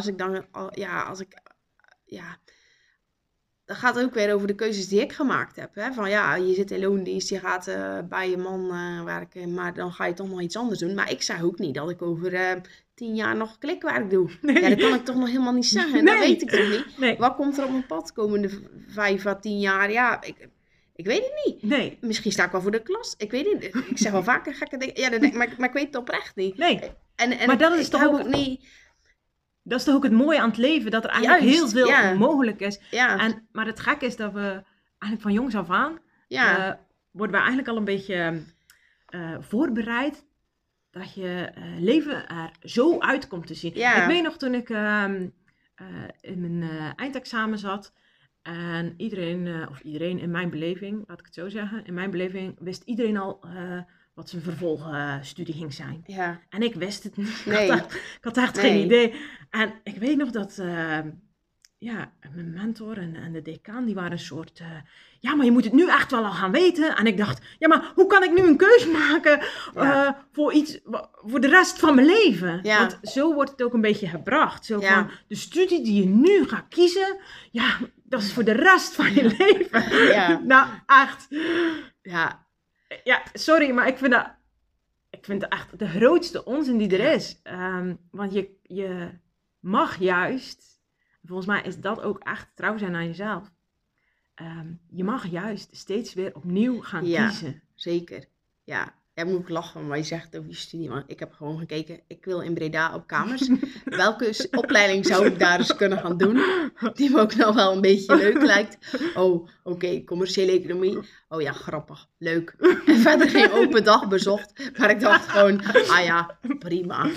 Dat gaat ook weer over de keuzes die ik gemaakt heb. Hè? Van je zit in loondienst, je gaat bij je man werken, maar dan ga je toch nog iets anders doen. Maar ik zeg ook niet dat ik over 10 jaar nog klikwerk doe. Nee. Ja, dat kan ik toch nog helemaal niet zeggen. Nee. Dat weet ik toch niet. Nee. Wat komt er op mijn pad komende 5 à 10 jaar? Ja, ik weet het niet. Nee. Misschien sta ik wel voor de klas. Ik weet het niet. Ik zeg wel vaker gekke dingen. Ja, maar ik weet het oprecht niet. Nee. En maar dat is toch ook niet... Dat is toch ook het mooie aan het leven, dat er eigenlijk heel veel mogelijk is. Ja. Maar het gekke is dat we eigenlijk van jongs af aan, worden we eigenlijk al een beetje voorbereid dat je leven er zo uit komt te zien. Ja. Ik weet nog toen ik in mijn eindexamen zat en iedereen in mijn beleving, laat ik het zo zeggen, in mijn beleving wist iedereen al wat zijn vervolgstudie ging zijn. Ja. En ik wist het niet. Nee. Ik had echt geen idee. En ik weet nog dat mijn mentor en de decaan, die waren een soort... maar je moet het nu echt wel al gaan weten. En ik dacht, maar hoe kan ik nu een keuze maken voor de rest van mijn leven? Ja. Want zo wordt het ook een beetje gebracht. Zo van, de studie die je nu gaat kiezen, dat is voor de rest van je leven. Ja. Nou, echt. Ja. Ja, sorry, maar ik vind ik vind het echt de grootste onzin die er is. Want je mag juist, volgens mij is dat ook echt trouw zijn aan jezelf. Je mag juist steeds weer opnieuw gaan kiezen. Zeker. Ja, jij moet ook lachen, maar je zegt over je studie. Want ik heb gewoon gekeken, ik wil in Breda op kamers. Welke opleiding zou ik daar eens kunnen gaan doen? Die me ook nou wel een beetje leuk lijkt. Oh, oké, commerciële economie. Oh ja, grappig, leuk. En verder geen open dag bezocht. Maar ik dacht gewoon, prima.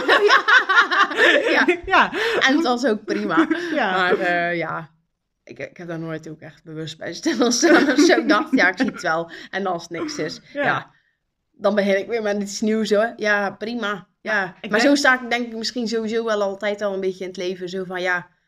Ja. En het was ook prima. Ja. Maar ik heb daar nooit ook echt bewust bij stilgestaan. Dus ik dacht, ik zie het wel. En als het niks is, dan begin ik weer met iets nieuws hoor. Ja, prima. Ja. Maar zo sta ik denk ik misschien sowieso wel altijd al een beetje in het leven. Zo van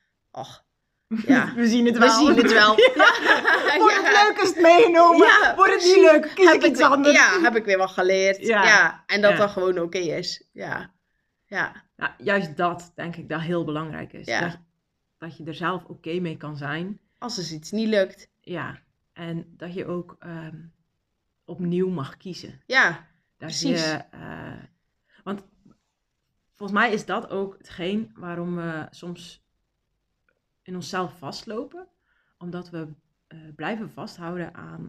we zien het wel. We zien het wel. Wordt het leuk als het meegenomen? Wordt het niet leuk? Kies ik iets anders? Ja, heb ik weer wat geleerd. Ja. En dat dat gewoon oké is. Ja. Juist dat denk ik dat heel belangrijk is. Ja. Dat je er zelf oké mee kan zijn. Als er iets niet lukt. Ja, en dat je ook opnieuw mag kiezen. Ja, dat precies. Want volgens mij is dat ook hetgeen waarom we soms in onszelf vastlopen. Omdat we blijven vasthouden aan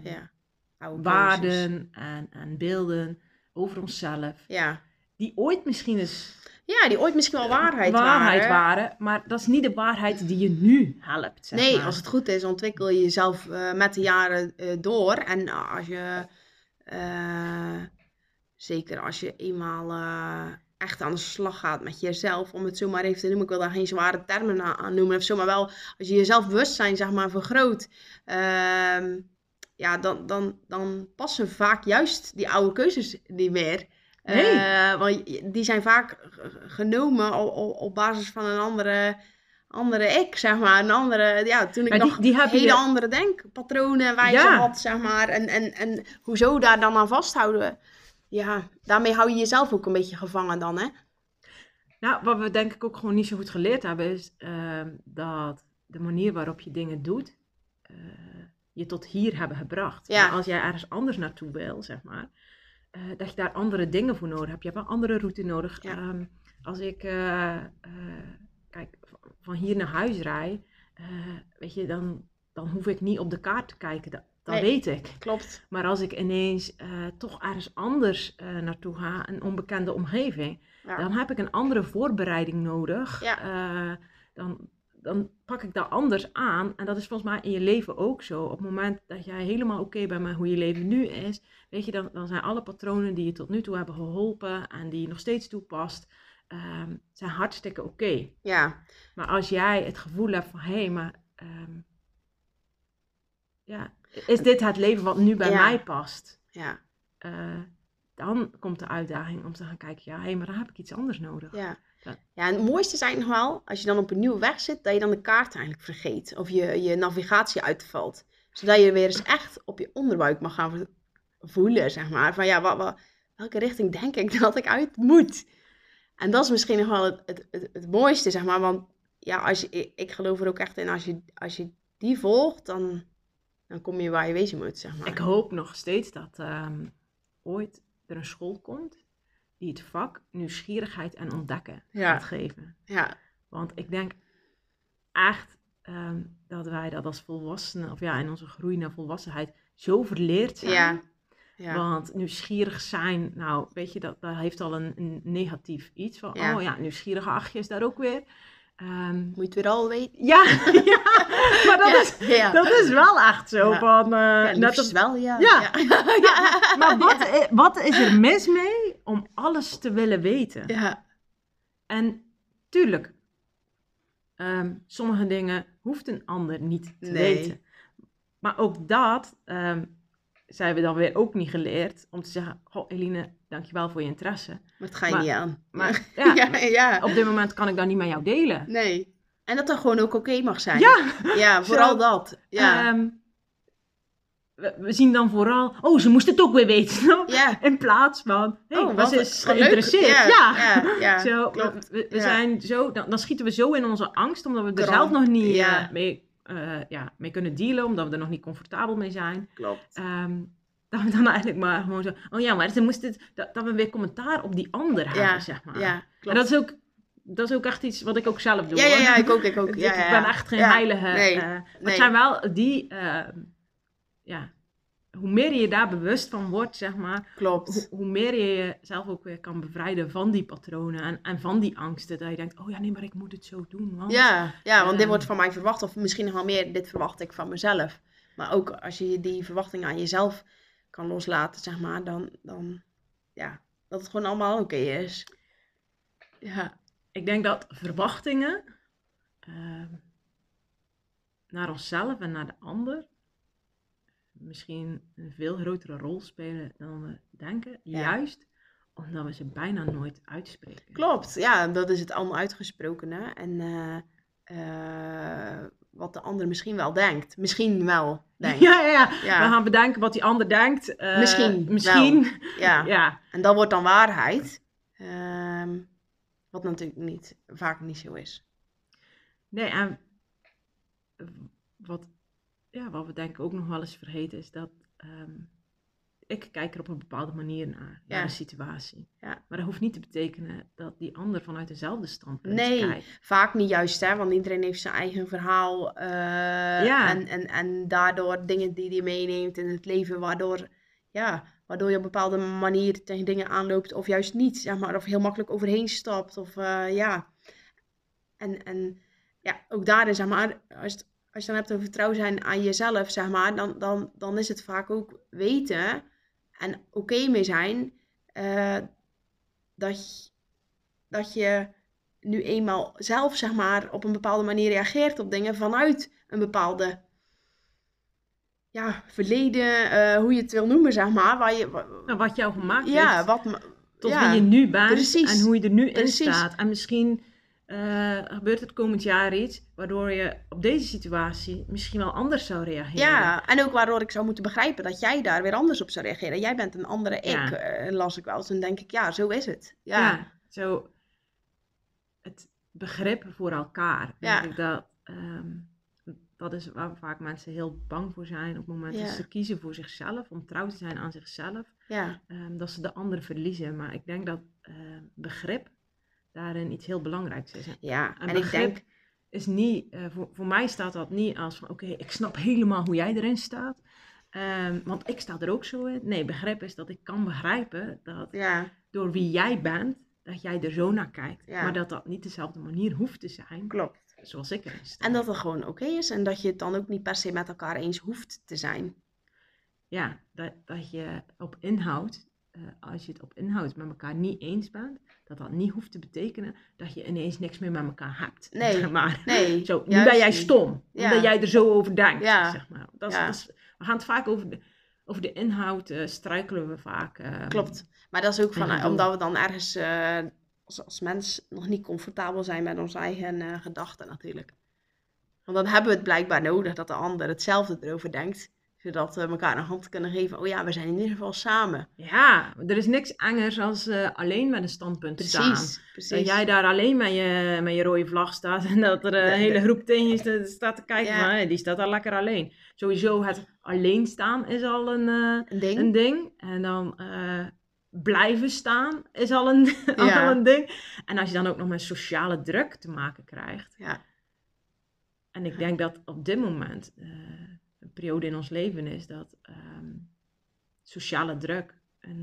waarden en beelden over onszelf. Ja. Die ooit misschien eens... Ja, die ooit misschien wel waarheid waren. Maar dat is niet de waarheid die je nu helpt. Zeg maar. Als het goed is, ontwikkel je jezelf met de jaren door. En als je, zeker als je eenmaal echt aan de slag gaat met jezelf, om het zo maar even te noemen, ik wil daar geen zware termen aan noemen of zo, maar wel als je jezelf bewustzijn zeg maar vergroot, dan passen vaak juist die oude keuzes niet meer. Want die zijn vaak genomen op basis van een andere ik, zeg maar. Een andere, toen ik nog hele andere denkpatronen wijze had, zeg maar. En hoezo daar dan aan vasthouden? Ja, daarmee hou je jezelf ook een beetje gevangen dan, hè? Nou, wat we denk ik ook gewoon niet zo goed geleerd hebben, is dat de manier waarop je dingen doet, je tot hier hebben gebracht. Ja. Maar als jij ergens anders naartoe wil, zeg maar, dat je daar andere dingen voor nodig hebt. Je hebt een andere route nodig. Ja. Als ik van hier naar huis rijd, weet je, dan hoef ik niet op de kaart te kijken. Dat weet ik. Klopt. Maar als ik ineens toch ergens anders naartoe ga, een onbekende omgeving, dan heb ik een andere voorbereiding nodig. Ja. Dan pak ik dat anders aan. En dat is volgens mij in je leven ook zo. Op het moment dat jij helemaal oké bent met hoe je leven nu is, weet je, dan zijn alle patronen die je tot nu toe hebben geholpen en die je nog steeds toepast, zijn hartstikke oké. Ja. Maar als jij het gevoel hebt van, is dit het leven wat nu bij mij past? Ja. Dan komt de uitdaging om te gaan kijken, maar dan heb ik iets anders nodig. Ja. Ja, en het mooiste is eigenlijk nog wel, als je dan op een nieuwe weg zit, dat je dan de kaart eigenlijk vergeet. Of je navigatie uitvalt. Zodat je weer eens echt op je onderbuik mag gaan voelen, zeg maar. Van welke richting denk ik dat ik uit moet? En dat is misschien nog wel het mooiste, zeg maar. Want ik geloof er ook echt in, als je die volgt, dan kom je waar je wezen moet, zeg maar. Ik hoop nog steeds dat ooit er een school komt die het vak nieuwsgierigheid en ontdekken gaat geven. Ja. Want ik denk echt dat wij dat als volwassenen, of in onze groei naar volwassenheid, zo verleerd zijn. Ja. Want nieuwsgierig zijn, nou, weet je, dat heeft al een negatief iets van, nieuwsgierige achtje is daar ook weer. Moet je het weer al weten? Ja, maar dat is wel echt zo. Van, wel, Maar wat is er mis mee om alles te willen weten? Ja. En tuurlijk, sommige dingen hoeft een ander niet te weten. Maar ook dat zijn we dan weer ook niet geleerd om te zeggen, goh Eline, dankjewel voor je interesse. Maar het ga je niet aan. Maar op dit moment kan ik dat niet met jou delen. Nee. En dat dat gewoon ook oké mag zijn. Ja, vooral dat. Ja. We zien dan vooral, ze moest het ook weer weten. Ja. In plaats van, was is geïnteresseerd. Zo, klopt. We zijn zo, dan schieten we zo in onze angst, omdat we er zelf nog niet mee kunnen dealen, omdat we er nog niet comfortabel mee zijn. Klopt. dat we dan eigenlijk maar gewoon zo... Oh ja, maar ze moest dat we weer commentaar op die ander hebben, zeg maar. Ja, klopt. En dat is ook echt iets wat ik ook zelf doe. Ja, ik ook. Ik ben echt geen heilige. Nee, Maar het zijn wel die... hoe meer je daar bewust van wordt, zeg maar... Klopt. Hoe meer je jezelf ook weer kan bevrijden van die patronen en van die angsten. Dat je denkt, oh ja, nee, maar ik moet het zo doen. Want, want dit wordt van mij verwacht. Of misschien nog wel meer, dit verwacht ik van mezelf. Maar ook als je die verwachting aan jezelf kan loslaten, zeg maar, dan dat het gewoon allemaal oké is. Ja, ik denk dat verwachtingen naar onszelf en naar de ander misschien een veel grotere rol spelen dan we denken. Ja. Juist omdat we ze bijna nooit uitspreken. Klopt, ja, dat is het onuitgesprokene. En wat de ander misschien wel denkt. Misschien wel denkt. Ja. We gaan bedenken wat die ander denkt. Misschien. Ja. En dat wordt dan waarheid. Wat natuurlijk vaak niet zo is. Nee, en wat we denk ik ook nog wel eens vergeten is dat ik kijk er op een bepaalde manier naar de situatie. Ja. Maar dat hoeft niet te betekenen dat die ander vanuit dezelfde standpunt kijkt. Nee, vaak niet juist, hè, want iedereen heeft zijn eigen verhaal en daardoor dingen die hij meeneemt in het leven, waardoor je op een bepaalde manier tegen dingen aanloopt of juist niet, zeg maar, of heel makkelijk overheen stapt. Of ook daarin, zeg maar, als je dan hebt over trouw zijn aan jezelf, zeg maar, dan is het vaak ook weten en oké mee zijn dat je nu eenmaal zelf, zeg maar, op een bepaalde manier reageert op dingen vanuit een bepaalde verleden, hoe je het wil noemen, zeg maar. Wat jou gemaakt heeft. Ja, tot wie je nu bent. Precies. En hoe je er nu in staat. En misschien gebeurt het komend jaar iets waardoor je op deze situatie misschien wel anders zou reageren. Ja, en ook waardoor ik zou moeten begrijpen dat jij daar weer anders op zou reageren. Jij bent een andere ik, las ik wel eens. En denk ik, ja, zo is het. Ja, zo het begrip voor elkaar. Denk ik dat is waar vaak mensen heel bang voor zijn op het moment dat ze kiezen voor zichzelf, om trouw te zijn aan zichzelf. Ja. Dat ze de ander verliezen. Maar ik denk dat begrip daarin iets heel belangrijks is. Ja, en begrip is niet, voor mij staat dat niet als van oké, ik snap helemaal hoe jij erin staat. Want ik sta er ook zo in. Nee, begrip is dat ik kan begrijpen dat door wie jij bent, dat jij er zo naar kijkt. Ja. Maar dat niet dezelfde manier hoeft te zijn. Klopt. Zoals ik erin sta. En dat het gewoon oké is en dat je het dan ook niet per se met elkaar eens hoeft te zijn. Ja, dat je op inhoud, als je het op inhoud met elkaar niet eens bent, dat niet hoeft te betekenen dat je ineens niks meer met elkaar hebt. Nee, maar. Nee. Zo, nu ben jij stom, omdat jij er zo over denkt. Ja. Zeg maar. We gaan het vaak over de inhoud, struikelen we vaak. Klopt, maar dat is ook omdat we dan ergens als mens nog niet comfortabel zijn met onze eigen gedachten natuurlijk. Want dan hebben we het blijkbaar nodig dat de ander hetzelfde erover denkt. Zodat we elkaar een hand kunnen geven. Oh ja, we zijn in ieder geval samen. Ja, er is niks engers als alleen met een standpunt staan. Precies. Dat jij daar alleen met je rode vlag staat. En dat er een hele groep tegen je staat te kijken. Ja. Van, die staat daar lekker alleen. Sowieso het alleen staan is al een ding. En dan blijven staan is al een ding. En als je dan ook nog met sociale druk te maken krijgt. Ja. En ik denk dat op dit moment een periode in ons leven is dat sociale druk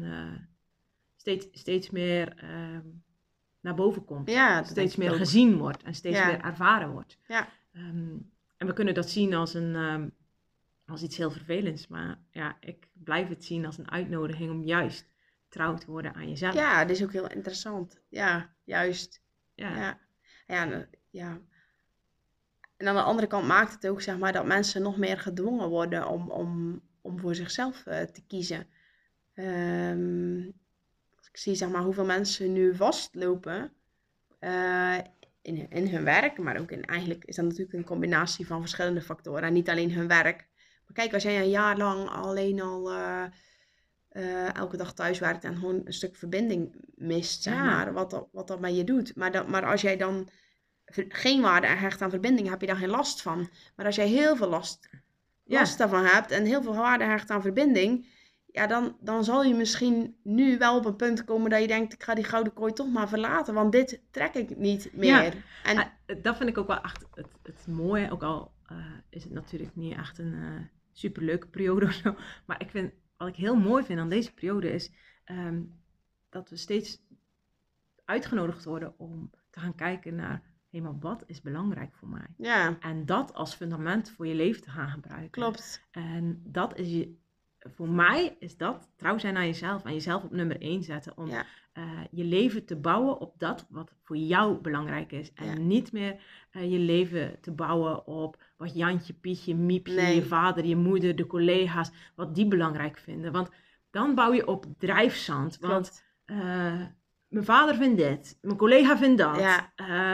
steeds meer naar boven komt. Ja, steeds meer gezien wordt en steeds meer ervaren wordt. Ja. En we kunnen dat zien als iets heel vervelends. Maar ja, ik blijf het zien als een uitnodiging om juist trouw te worden aan jezelf. Ja, dat is ook heel interessant. Ja, juist. Ja. En aan de andere kant maakt het ook, zeg maar, dat mensen nog meer gedwongen worden om voor zichzelf te kiezen. Als ik zie, zeg maar, hoeveel mensen nu vastlopen in hun werk, maar ook eigenlijk is dat natuurlijk een combinatie van verschillende factoren. En niet alleen hun werk. Maar kijk, als jij een jaar lang alleen al elke dag thuis werkt en gewoon een stuk verbinding mist, zeg maar, wat dat met je doet. Maar als jij dan geen waarde hecht aan verbinding, heb je daar geen last van. Maar als jij heel veel last daarvan hebt en heel veel waarde hecht aan verbinding, dan zal je misschien nu wel op een punt komen dat je denkt, ik ga die gouden kooi toch maar verlaten, want dit trek ik niet meer. Ja. En Dat vind ik ook wel echt het mooie, ook al is het natuurlijk niet echt een superleuke periode of zo. Maar wat ik heel mooi vind aan deze periode is dat we steeds uitgenodigd worden om te gaan kijken naar, maar wat is belangrijk voor mij? ja, En dat als fundament voor je leven te gaan gebruiken. klopt. En dat is voor mij is dat trouw zijn aan jezelf en jezelf op nummer 1 zetten om je leven te bouwen op dat wat voor jou belangrijk is. En niet meer je leven te bouwen op wat Jantje, Pietje, Miepje, je vader, je moeder, de collega's, wat die belangrijk vinden. Want dan bouw je op drijfzand. Want mijn vader vindt dit, mijn collega vindt dat. Ja.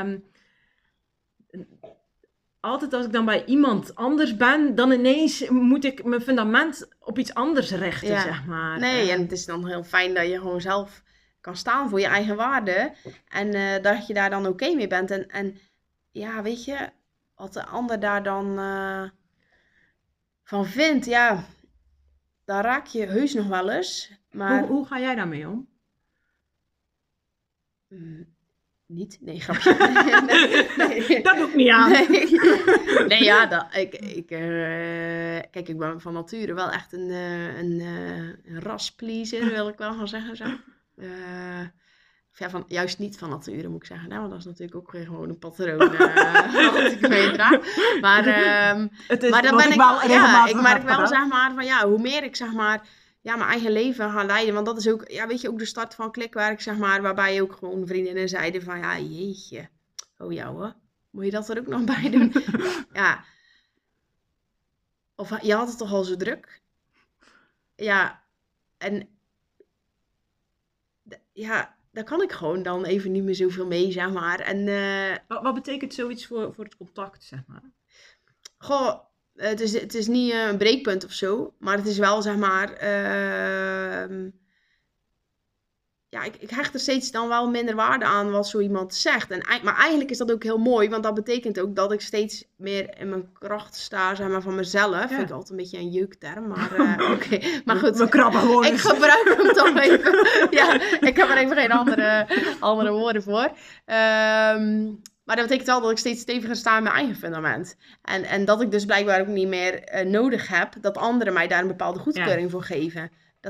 Altijd als ik dan bij iemand anders ben, dan ineens moet ik mijn fundament op iets anders richten, zeg maar. Nee, en het is dan heel fijn dat je gewoon zelf kan staan voor je eigen waarden. En dat je daar dan oké mee bent. En ja, weet je, wat de ander daar dan van vindt, ja, daar raak je heus nog wel eens. Maar Hoe ga jij daarmee om? Niet? Nee, grapje. Nee. Dat doe ik niet aan. Nee, ja, kijk, ik ben van nature wel echt een raspleaser, wil ik wel gaan zeggen zo. Juist niet van nature, moet ik zeggen. Nou, want dat is natuurlijk ook weer gewoon een patroon wat ik meedraag. Maar dan ben ik merk wel, zeg maar, van hoe meer ik, zeg maar, mijn eigen leven ga leiden. Want dat is ook, weet je, ook de start van klikwerk, zeg maar, waarbij ook gewoon vriendinnen zeiden van, jeetje, oh ja hoor, moet je dat er ook nog bij doen? Ja. Of je had het toch al zo druk? Ja, en daar kan ik gewoon dan even niet meer zoveel mee, zeg maar. En, wat betekent zoiets voor het contact, zeg maar? Goh, het is niet een breekpunt of zo, maar het is wel, zeg maar, ik hecht er steeds dan wel minder waarde aan wat zo iemand zegt. Maar eigenlijk is dat ook heel mooi, want dat betekent ook dat ik steeds meer in mijn kracht sta, zeg maar, van mezelf. Ja. Vind ik altijd een beetje een jeukterm, maar oké. Maar goed, we krabben gewoon. Ik gebruik hem toch even. Ik heb er even geen andere woorden voor. Maar dat betekent wel dat ik steeds steviger sta in mijn eigen fundament. En dat ik dus blijkbaar ook niet meer nodig heb dat anderen mij daar een bepaalde goedkeuring voor geven.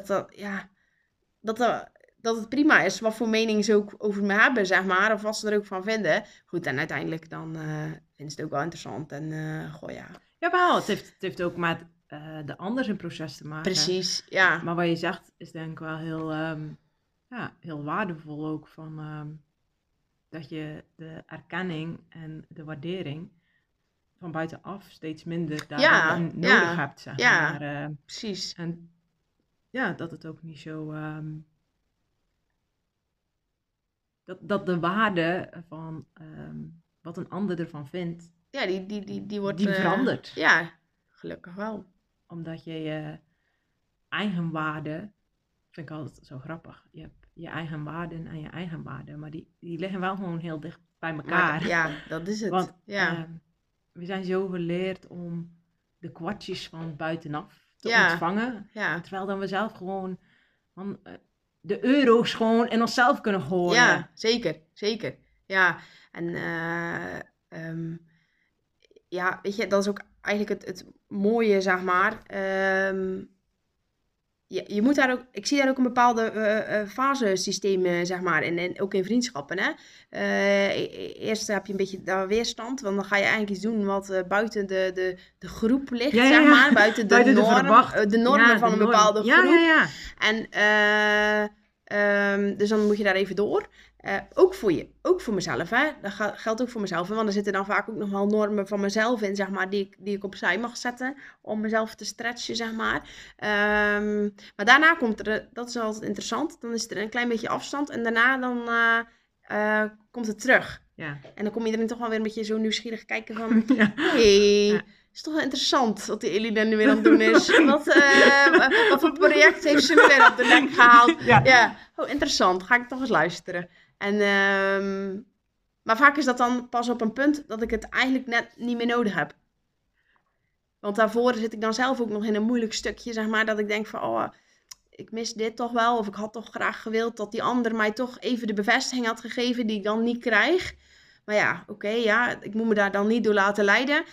Dat het prima is wat voor mening ze ook over me hebben, zeg maar. Of wat ze er ook van vinden. Goed, en uiteindelijk dan vinden ze het ook wel interessant. En ja. Ja, wel. Het heeft ook met de ander zijn proces te maken. Precies, ja. Maar wat je zegt is denk ik wel heel waardevol ook van... dat je de erkenning en de waardering van buitenaf steeds minder nodig hebt, zeg maar. Precies. En dat het ook niet zo... dat de waarde van wat een ander ervan vindt... Ja, die wordt... Die verandert. Ja, gelukkig wel. Omdat je eigen waarde... Vind ik altijd zo grappig. Je hebt je eigen waarden en je eigen waarden. Maar die liggen wel gewoon heel dicht bij elkaar. Maar, dat is het. Want we zijn zo geleerd om de kwartjes van buitenaf te ontvangen. Ja. Terwijl dan we zelf gewoon de euro's gewoon in onszelf kunnen gooien. Ja, zeker. Ja, en weet je, dat is ook eigenlijk het mooie, zeg maar. Je moet daar ook, ik zie daar ook een bepaalde fasesysteem, zeg maar, en ook in vriendschappen. Hè? Eerst heb je een beetje weerstand, want dan ga je eigenlijk iets doen wat buiten de groep ligt, zeg maar. Buiten de normen van een bepaalde groep. Ja. En dus dan moet je daar even door. Ook voor mezelf, hè. Dat geldt ook voor mezelf. Want er zitten dan vaak ook nog wel normen van mezelf in, zeg maar, die ik opzij mag zetten. Om mezelf te stretchen, zeg maar. Maar daarna komt er, dat is altijd interessant, dan is er een klein beetje afstand. En daarna dan komt het terug. Ja. En dan kom je erin toch wel weer een beetje zo nieuwsgierig kijken van... Is toch wel interessant wat die Elina nu weer aan het doen is. Wat voor project heeft ze nu weer op de nek gehaald? Ja. Oh, interessant. Ga ik toch eens luisteren. Maar vaak is dat dan pas op een punt dat ik het eigenlijk net niet meer nodig heb. Want daarvoor zit ik dan zelf ook nog in een moeilijk stukje, zeg maar. Dat ik denk van, ik mis dit toch wel. Of ik had toch graag gewild dat die ander mij toch even de bevestiging had gegeven die ik dan niet krijg. Maar ja, oké, ik moet me daar dan niet door laten leiden.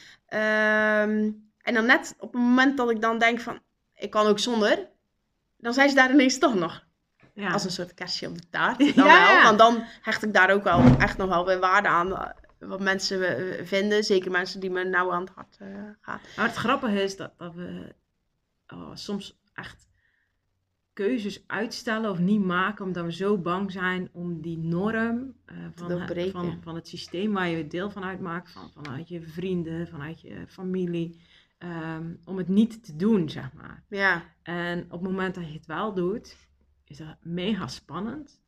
En dan net op het moment dat ik dan denk van, ik kan ook zonder, dan zijn ze daar ineens toch nog. Ja. Als een soort kerstje op de taart. Dan wel, want dan hecht ik daar ook wel echt nog wel weer waarde aan. Wat mensen vinden, zeker mensen die me nauw aan het hart gaan. Maar het grappige is dat we soms echt keuzes uitstellen of niet maken, omdat we zo bang zijn om die norm van het systeem waar je deel van uitmaakt, vanuit je vrienden, vanuit je familie, om het niet te doen, zeg maar. Ja. En op het moment dat je het wel doet, is dat mega spannend.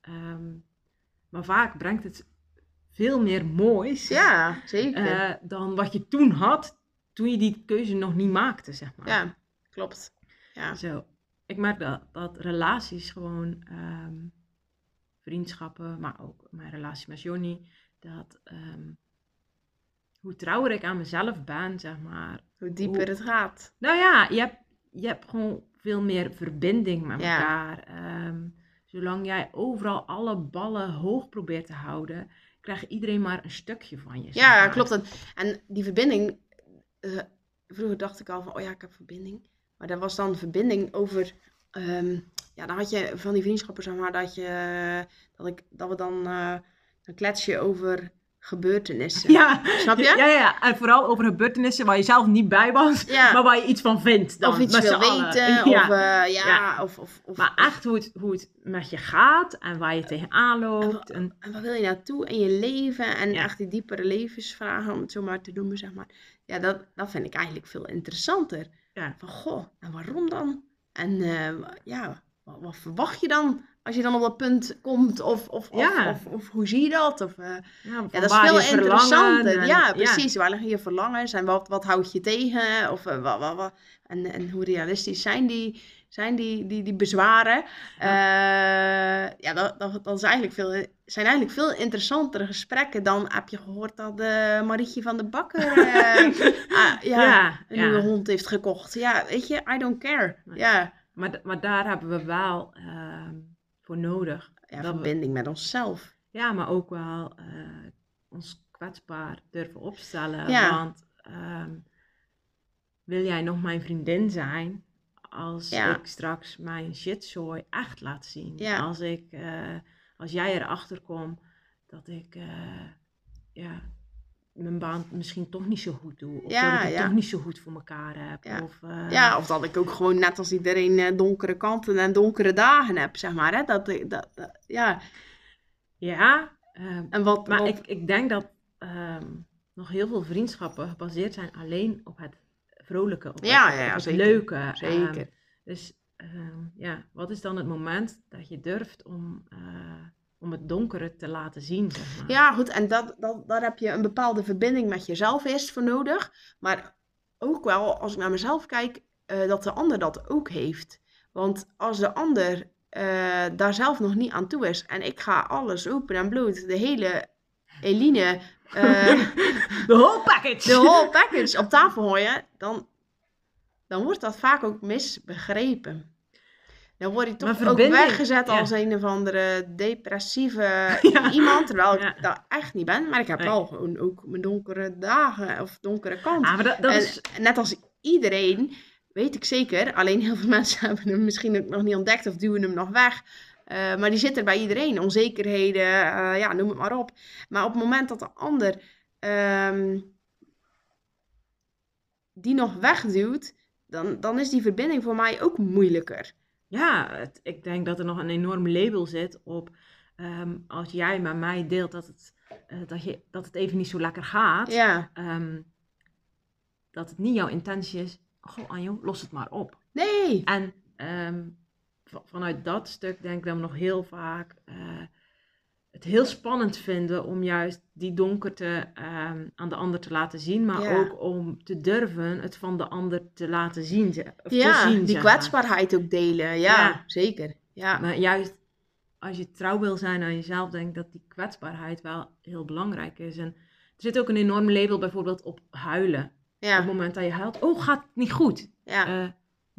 Maar vaak brengt het veel meer moois. Ja, zeker. Dan wat je toen had, toen je die keuze nog niet maakte, zeg maar. Ja, klopt. Ja. Zo. Ik merk dat relaties gewoon, vriendschappen, maar ook mijn relatie met Johnny, dat hoe trouwer ik aan mezelf ben, zeg maar. Hoe dieper het gaat. Nou ja, je hebt gewoon veel meer verbinding met elkaar. Zolang jij overal alle ballen hoog probeert te houden, krijgt iedereen maar een stukje van je. Ja, maar. Klopt. En die verbinding, vroeger dacht ik al van, ik heb verbinding. Maar dat was dan verbinding over, dan had je van die vriendschappen, zeg maar, dat we dan een kletsje over gebeurtenissen. Ja. Snap je? Ja. En vooral over gebeurtenissen waar je zelf niet bij was, maar waar je iets van vindt. Dan, of iets wil weten. Of, maar echt hoe het met je gaat en waar je tegenaan loopt. En waar wil je naartoe in je leven? En echt die diepere levensvragen, om het zo maar te noemen, zeg maar. Ja, dat vind ik eigenlijk veel interessanter. Ja. Van, goh, en waarom dan? En wat verwacht je dan als je dan op dat punt komt? Of hoe zie je dat? Of, dat is veel interessanter. Ja, precies. Waar liggen je verlangens? En wat houdt je tegen? Of en hoe realistisch zijn die bezwaren? Dat is zijn eigenlijk veel interessantere gesprekken dan heb je gehoord dat Marietje van de Bakker een nieuwe hond heeft gekocht. Ja, weet je, I don't care. Ja. Maar daar hebben we wel voor nodig. Ja, verbinding met onszelf. Ja, maar ook wel ons kwetsbaar durven opstellen. Ja. Want wil jij nog mijn vriendin zijn als ik straks mijn shitzooi echt laat zien? Ja. Als jij erachter komt dat ik mijn baan misschien toch niet zo goed doe. Of dat ik het toch niet zo goed voor elkaar heb. Ja. Of dat ik ook gewoon net als iedereen donkere kanten en donkere dagen heb, zeg maar. Hè? Ik denk dat nog heel veel vriendschappen gebaseerd zijn alleen op het vrolijke, op het zeker. leuke. Zeker. Wat is dan het moment dat je durft om het donkere te laten zien, zeg maar. Ja, goed. En daar heb je een bepaalde verbinding met jezelf eerst voor nodig. Maar ook wel, als ik naar mezelf kijk, dat de ander dat ook heeft. Want als de ander daar zelf nog niet aan toe is en ik ga alles open en bloot, de hele Eline... The whole package op tafel gooien, dan wordt dat vaak ook misbegrepen. Dan word je toch ook weggezet als een of andere depressieve iemand. Terwijl ik dat echt niet ben. Maar ik heb wel gewoon ook mijn donkere dagen of donkere kant. Maar is... Net als iedereen, weet ik zeker. Alleen heel veel mensen hebben hem misschien ook nog niet ontdekt of duwen hem nog weg. Maar die zitten bij iedereen. Onzekerheden, noem het maar op. Maar op het moment dat de ander die nog wegduwt, dan is die verbinding voor mij ook moeilijker. Ja, ik denk dat er nog een enorm label zit op als jij met mij deelt dat het even niet zo lekker gaat. Ja. Dat het niet jouw intentie is. Goh, Anjo, los het maar op. Nee. En vanuit dat stuk denk ik dat we nog heel vaak het heel spannend vinden om juist die donkerte aan de ander te laten zien. Maar ook om te durven het van de ander te laten zien. Te zien, die kwetsbaarheid ook delen. Ja, zeker. Ja. Maar juist als je trouw wil zijn aan jezelf, denk ik dat die kwetsbaarheid wel heel belangrijk is. En er zit ook een enorm label bijvoorbeeld op huilen. Ja. Op het moment dat je huilt, gaat het niet goed? Ja. Nee,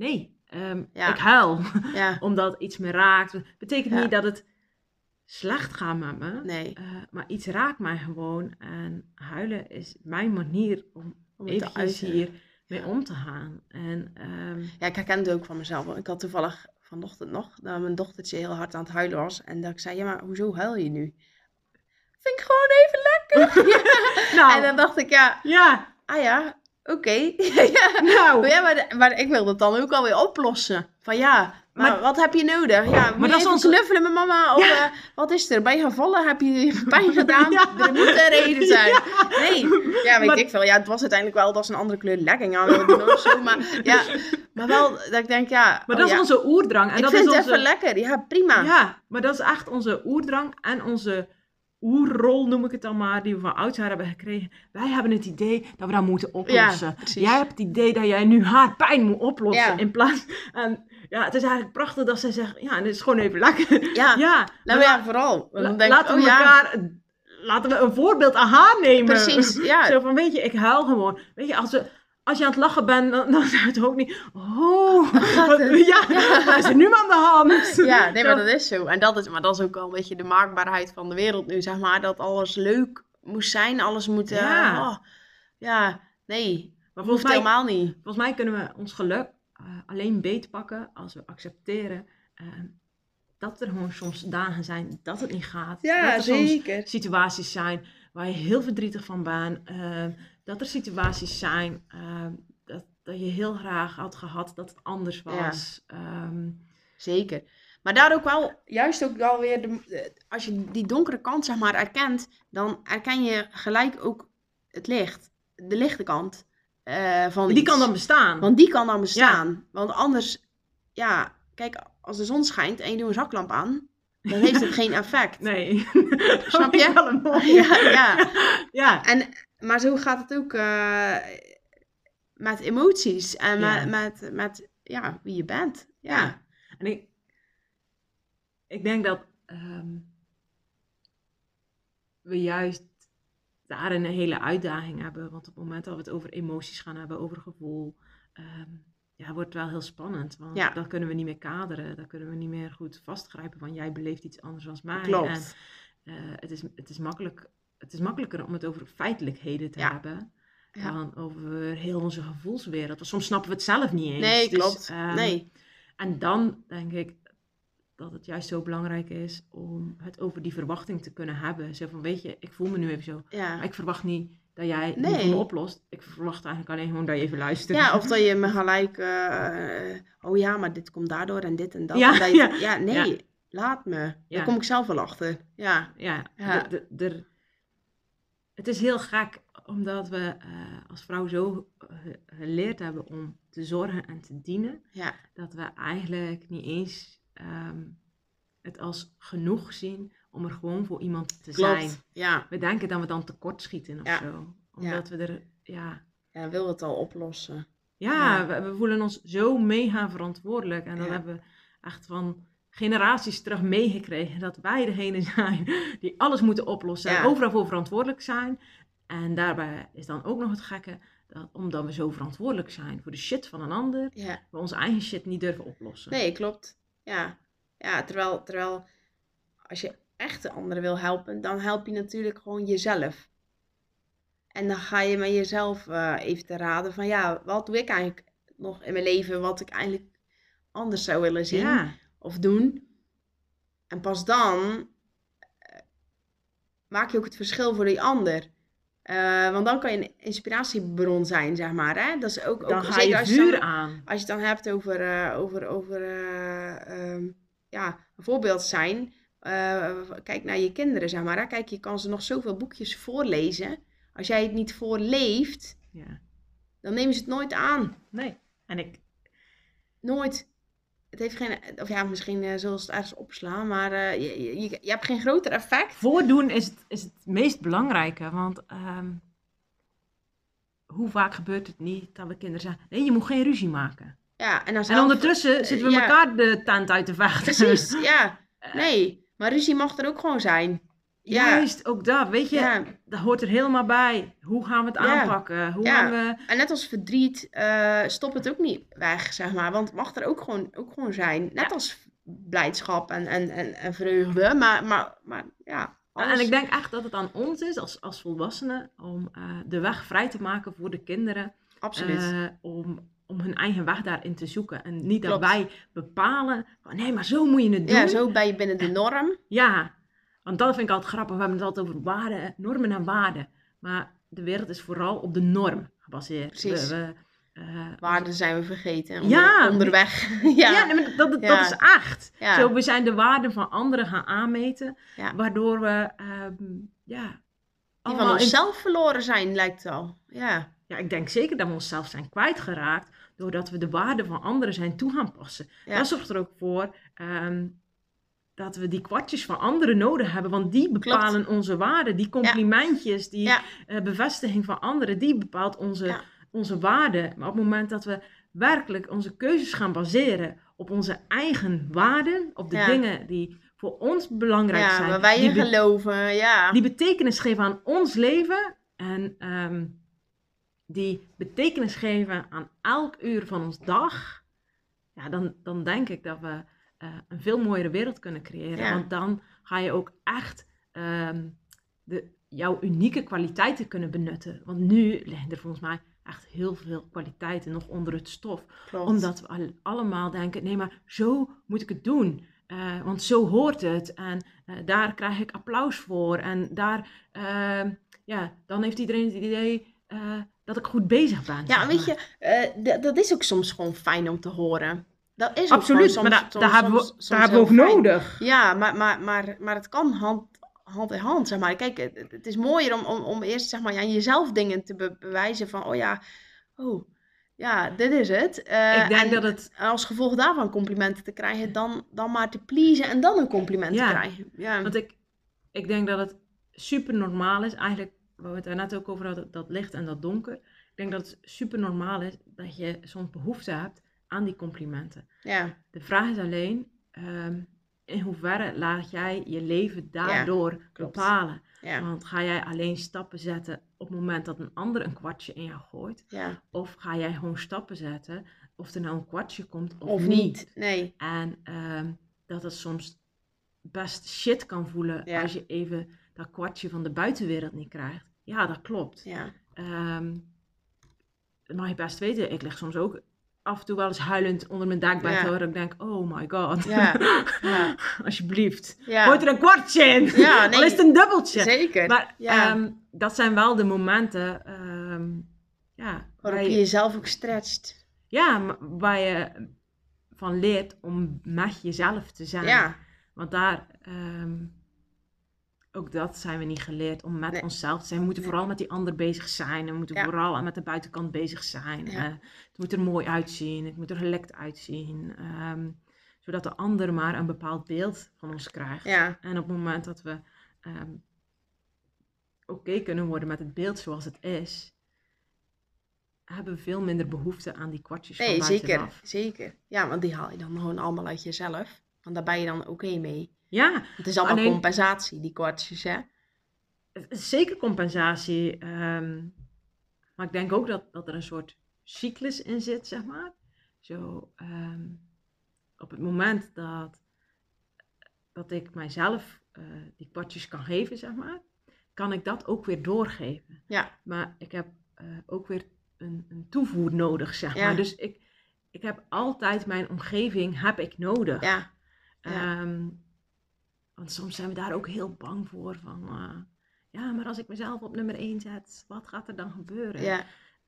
Ja. ik huil. Ja, Omdat iets me raakt. Betekent Ja. niet dat het slecht gaat met me. nee. Maar iets raakt mij gewoon. En huilen is mijn manier om Om het te eventjes uiten. hier mee Ja. om te gaan. En Ja, ik herken het ook van mezelf. Want ik had toevallig vanochtend nog dat mijn dochtertje heel hard aan het huilen was. En dat ik zei, ja, maar hoezo huil je nu? Vind ik gewoon even lekker. Ja. nou, En dan dacht ik, ja, ja, oké. Ja. nou. Maar, ja, maar ik wil dat dan ook alweer oplossen. Van ja, maar wat heb je nodig? Ja, moet dat je is even onze- knuffelen met mama? Of Ja. wat is er? Ben je gevallen? Heb je pijn gedaan? Ja. Er moet een reden zijn. Ja. Nee, ja, weet Maar- ik veel. Ja, het was uiteindelijk wel dat ze een andere kleur legging aan wilde doen of zo. Maar wel dat ik denk, ja... Maar oh dat is ja, onze oerdrang. En ik dat vind is het onze... even lekker. Ja, prima. Ja, maar dat is echt onze oerdrang en onze oerrol, noem ik het dan maar, die we van oudsher hebben gekregen. Wij hebben het idee dat we dat moeten oplossen. Ja, precies. Jij hebt het idee dat jij nu haar pijn moet oplossen. Ja. In plaats... En ja, het is eigenlijk prachtig dat zij zegt, ja, dit is gewoon even lekker. Ja, Ja, nou maar ja, vooral. Want dan denk ik, laten we oh ja, elkaar... Laten we een voorbeeld aan haar nemen. precies. Ja, Zo van, weet je, ik huil gewoon. Weet je, als je aan het lachen bent, dan is het ook niet... Oh, gaat het? ja, wat is er nu aan de hand? ja, nee, maar Zo. dat is zo. En dat is ook wel een beetje de maakbaarheid van de wereld nu, zeg maar. Dat alles leuk moest zijn, alles moet... Ja. Ja, nee, Maar hoeft volgens mij, helemaal niet. volgens mij kunnen we ons geluk alleen beetpakken als we accepteren dat er gewoon soms dagen zijn dat het niet gaat. dat er soms situaties zijn waar je heel verdrietig van bent. Dat er situaties zijn dat je heel graag had gehad dat het anders was. Zeker. Maar daar ook wel, juist ook wel weer, als je die donkere kant zeg maar erkent, dan erken je gelijk ook het licht. De lichte kant van Die iets. kan dan bestaan. Want die kan dan bestaan. Want anders, ja, kijk, als de zon schijnt en je doet een zaklamp aan, dan heeft het geen effect. Nee. Snap je? Wel een mooie. Ja. Ja. Maar zo gaat het ook met emoties en Ja. met ja, wie je bent. Ja. Ja. En ik denk dat we juist daarin een hele uitdaging hebben. Want op het moment dat we het over emoties gaan hebben, over gevoel, wordt het wel heel spannend. Want Ja. dan kunnen we niet meer kaderen. Dan kunnen we niet meer goed vastgrijpen van jij beleeft iets anders dan mij. Klopt. En het is makkelijker om het over feitelijkheden te Ja. hebben. Ja. Dan over heel onze gevoelswereld. Want soms snappen we het zelf niet eens. Nee, Dus, klopt. Nee. En dan denk ik dat het juist zo belangrijk is om het over die verwachting te kunnen hebben. Zo van, weet je, ik voel me nu even zo. Ja. Maar ik verwacht niet dat jij Nee. het voor me oplost. Ik verwacht eigenlijk alleen gewoon dat je even luistert. Ja, of dat je me gelijk, oh ja, maar dit komt daardoor en dit en dat. Ja, En dat ja. nee, Ja. laat me. Ja. Daar kom ik zelf wel achter. Ja. Ja, Ja. het is heel gek, omdat we als vrouw zo geleerd hebben om te zorgen en te dienen, Ja. dat we eigenlijk niet eens het als genoeg zien om er gewoon voor iemand te zijn. Klopt. Ja. We denken dat we dan tekort schieten of Ja. zo. Omdat we er, Ja, wil het al oplossen. ja, Ja. we voelen ons zo mega verantwoordelijk. En dat Ja. hebben we echt van generaties terug meegekregen. Dat wij degene zijn die alles moeten oplossen. Ja. En overal voor verantwoordelijk zijn. En daarbij is dan ook nog het gekke, dat omdat we zo verantwoordelijk zijn voor de shit van een ander, Ja. we onze eigen shit niet durven oplossen. Nee, klopt. Ja. Ja, terwijl als je echt de anderen wil helpen, dan help je natuurlijk gewoon jezelf. En dan ga je met jezelf even te raden van ja, wat doe ik eigenlijk nog in mijn leven wat ik eigenlijk anders zou willen zien Ja, of doen. En pas dan maak je ook het verschil voor die ander. Want dan kan je een inspiratiebron zijn, zeg maar. Hè? Dat is ook dan ga zeker je als je vuur dan- aan. Als je het dan hebt over een voorbeeld zijn. Kijk naar je kinderen, zeg maar. Hè? Kijk, je kan ze nog zoveel boekjes voorlezen. Als jij het niet voorleeft, Ja. dan nemen ze het nooit aan. Nee. En ik, Nooit. Het heeft geen... Of ja, misschien zullen ze het ergens opslaan. Maar je hebt geen groter effect. voordoen is het meest belangrijke. Want hoe vaak gebeurt het niet dat we kinderen zeggen, nee, je moet geen ruzie maken. Ja, en dan En zelf... ondertussen zitten we ja. elkaar de tent uit te vechten. Precies, ja. Nee, maar ruzie mag er ook gewoon zijn. juist ook dat, weet je, dat hoort er helemaal bij. Hoe gaan we het aanpakken? Hoe gaan we... En net als verdriet, stop het ook niet weg, zeg maar. Want het mag er ook gewoon zijn. Net als blijdschap en vreugde. Maar ja, alles... En ik denk echt dat het aan ons is, als volwassenen, om de weg vrij te maken voor de kinderen. Absoluut. Om hun eigen weg daarin te zoeken. En niet dat wij bepalen, van, nee, maar zo moet je het doen. Ja, zo ben je binnen de norm. Ja, want dat vind ik altijd grappig. We hebben het altijd over waarden, normen en waarden. Maar de wereld is vooral op de norm gebaseerd. Precies. Waarden zijn we vergeten. Onderweg. Nee, dat is echt. Ja. Zo, we zijn de waarden van anderen gaan aanmeten. Ja. Waardoor we... die van onszelf verloren zijn, lijkt het al. Ja. Ja, ik denk zeker dat we onszelf zijn kwijtgeraakt. Doordat we de waarden van anderen zijn toe gaan passen. Ja. Dat zorgt er ook voor... dat we die kwartjes van anderen nodig hebben. Want die bepalen onze waarden. Die complimentjes, die bevestiging van anderen, die bepaalt onze waarden. Maar op het moment dat we werkelijk onze keuzes gaan baseren op onze eigen waarden, op de dingen die voor ons belangrijk zijn. Waar wij in geloven, die betekenis geven aan ons leven en die betekenis geven aan elk uur van ons dag. Ja, dan denk ik dat we een veel mooiere wereld kunnen creëren. Ja. Want dan ga je ook echt jouw unieke kwaliteiten kunnen benutten. Want nu liggen er volgens mij echt heel veel kwaliteiten nog onder het stof. Klopt. Omdat we allemaal denken, nee, maar zo moet ik het doen. Want zo hoort het. En daar krijg ik applaus voor. En daar, dan heeft iedereen het idee dat ik goed bezig ben. Ja, weet je, dat is ook soms gewoon fijn om te horen. Dat is absoluut, ook soms, maar daar hebben we ook fijn. nodig. Ja, maar het kan hand in hand, zeg maar. Kijk, het is mooier om eerst, zeg maar, aan jezelf dingen te bewijzen van, dit is het. Ik denk dat het... als gevolg daarvan complimenten te krijgen, dan maar te pleasen en dan een compliment te krijgen. Ja, want ik denk dat het super normaal is, eigenlijk, waar we het daar net ook over hadden, dat licht en dat donker. Ik denk dat het super normaal is dat je soms behoefte hebt aan die complimenten. Ja. De vraag is alleen, in hoeverre laat jij je leven daardoor bepalen? Ja. Want ga jij alleen stappen zetten op het moment dat een ander een kwartje in jou gooit? Ja. Of ga jij gewoon stappen zetten of er nou een kwartje komt of niet? Nee. En dat het soms best shit kan voelen als je even dat kwartje van de buitenwereld niet krijgt. Ja, dat klopt. Ja. Dat mag je best weten. Ik lig soms ook af en toe wel eens huilend onder mijn dekbed hoor. Ik denk, oh my god. Ja. Alsjeblieft. Gooi er een kwartje in. Ja, nee. Al is het een dubbeltje. Zeker. Maar dat zijn wel de momenten waarop je jezelf ook stretcht. Ja, waar je van leert om met jezelf te zijn. Ja. Want daar... ook dat zijn we niet geleerd om met onszelf te zijn. We moeten vooral met die ander bezig zijn. En we moeten vooral met de buitenkant bezig zijn. Ja. Het moet er mooi uitzien. Het moet er gelekt uitzien. Zodat de ander maar een bepaald beeld van ons krijgt. Ja. En op het moment dat we oké kunnen worden met het beeld zoals het is, hebben we veel minder behoefte aan die kwartjes van buitenaf. Zeker. Ja, want die haal je dan gewoon allemaal uit jezelf. Want daar ben je dan oké mee. Ja. Het is allemaal compensatie, die kwartjes, hè? Het is zeker compensatie. Maar ik denk ook dat er een soort cyclus in zit, zeg maar. Zo, op het moment dat ik mijzelf die kwartjes kan geven, zeg maar, kan ik dat ook weer doorgeven. Ja. Maar ik heb ook weer een toevoer nodig, zeg maar. Dus ik heb altijd mijn omgeving nodig. Ja. Want soms zijn we daar ook heel bang voor. Van, maar als ik mezelf op nummer 1 zet, wat gaat er dan gebeuren? Ja.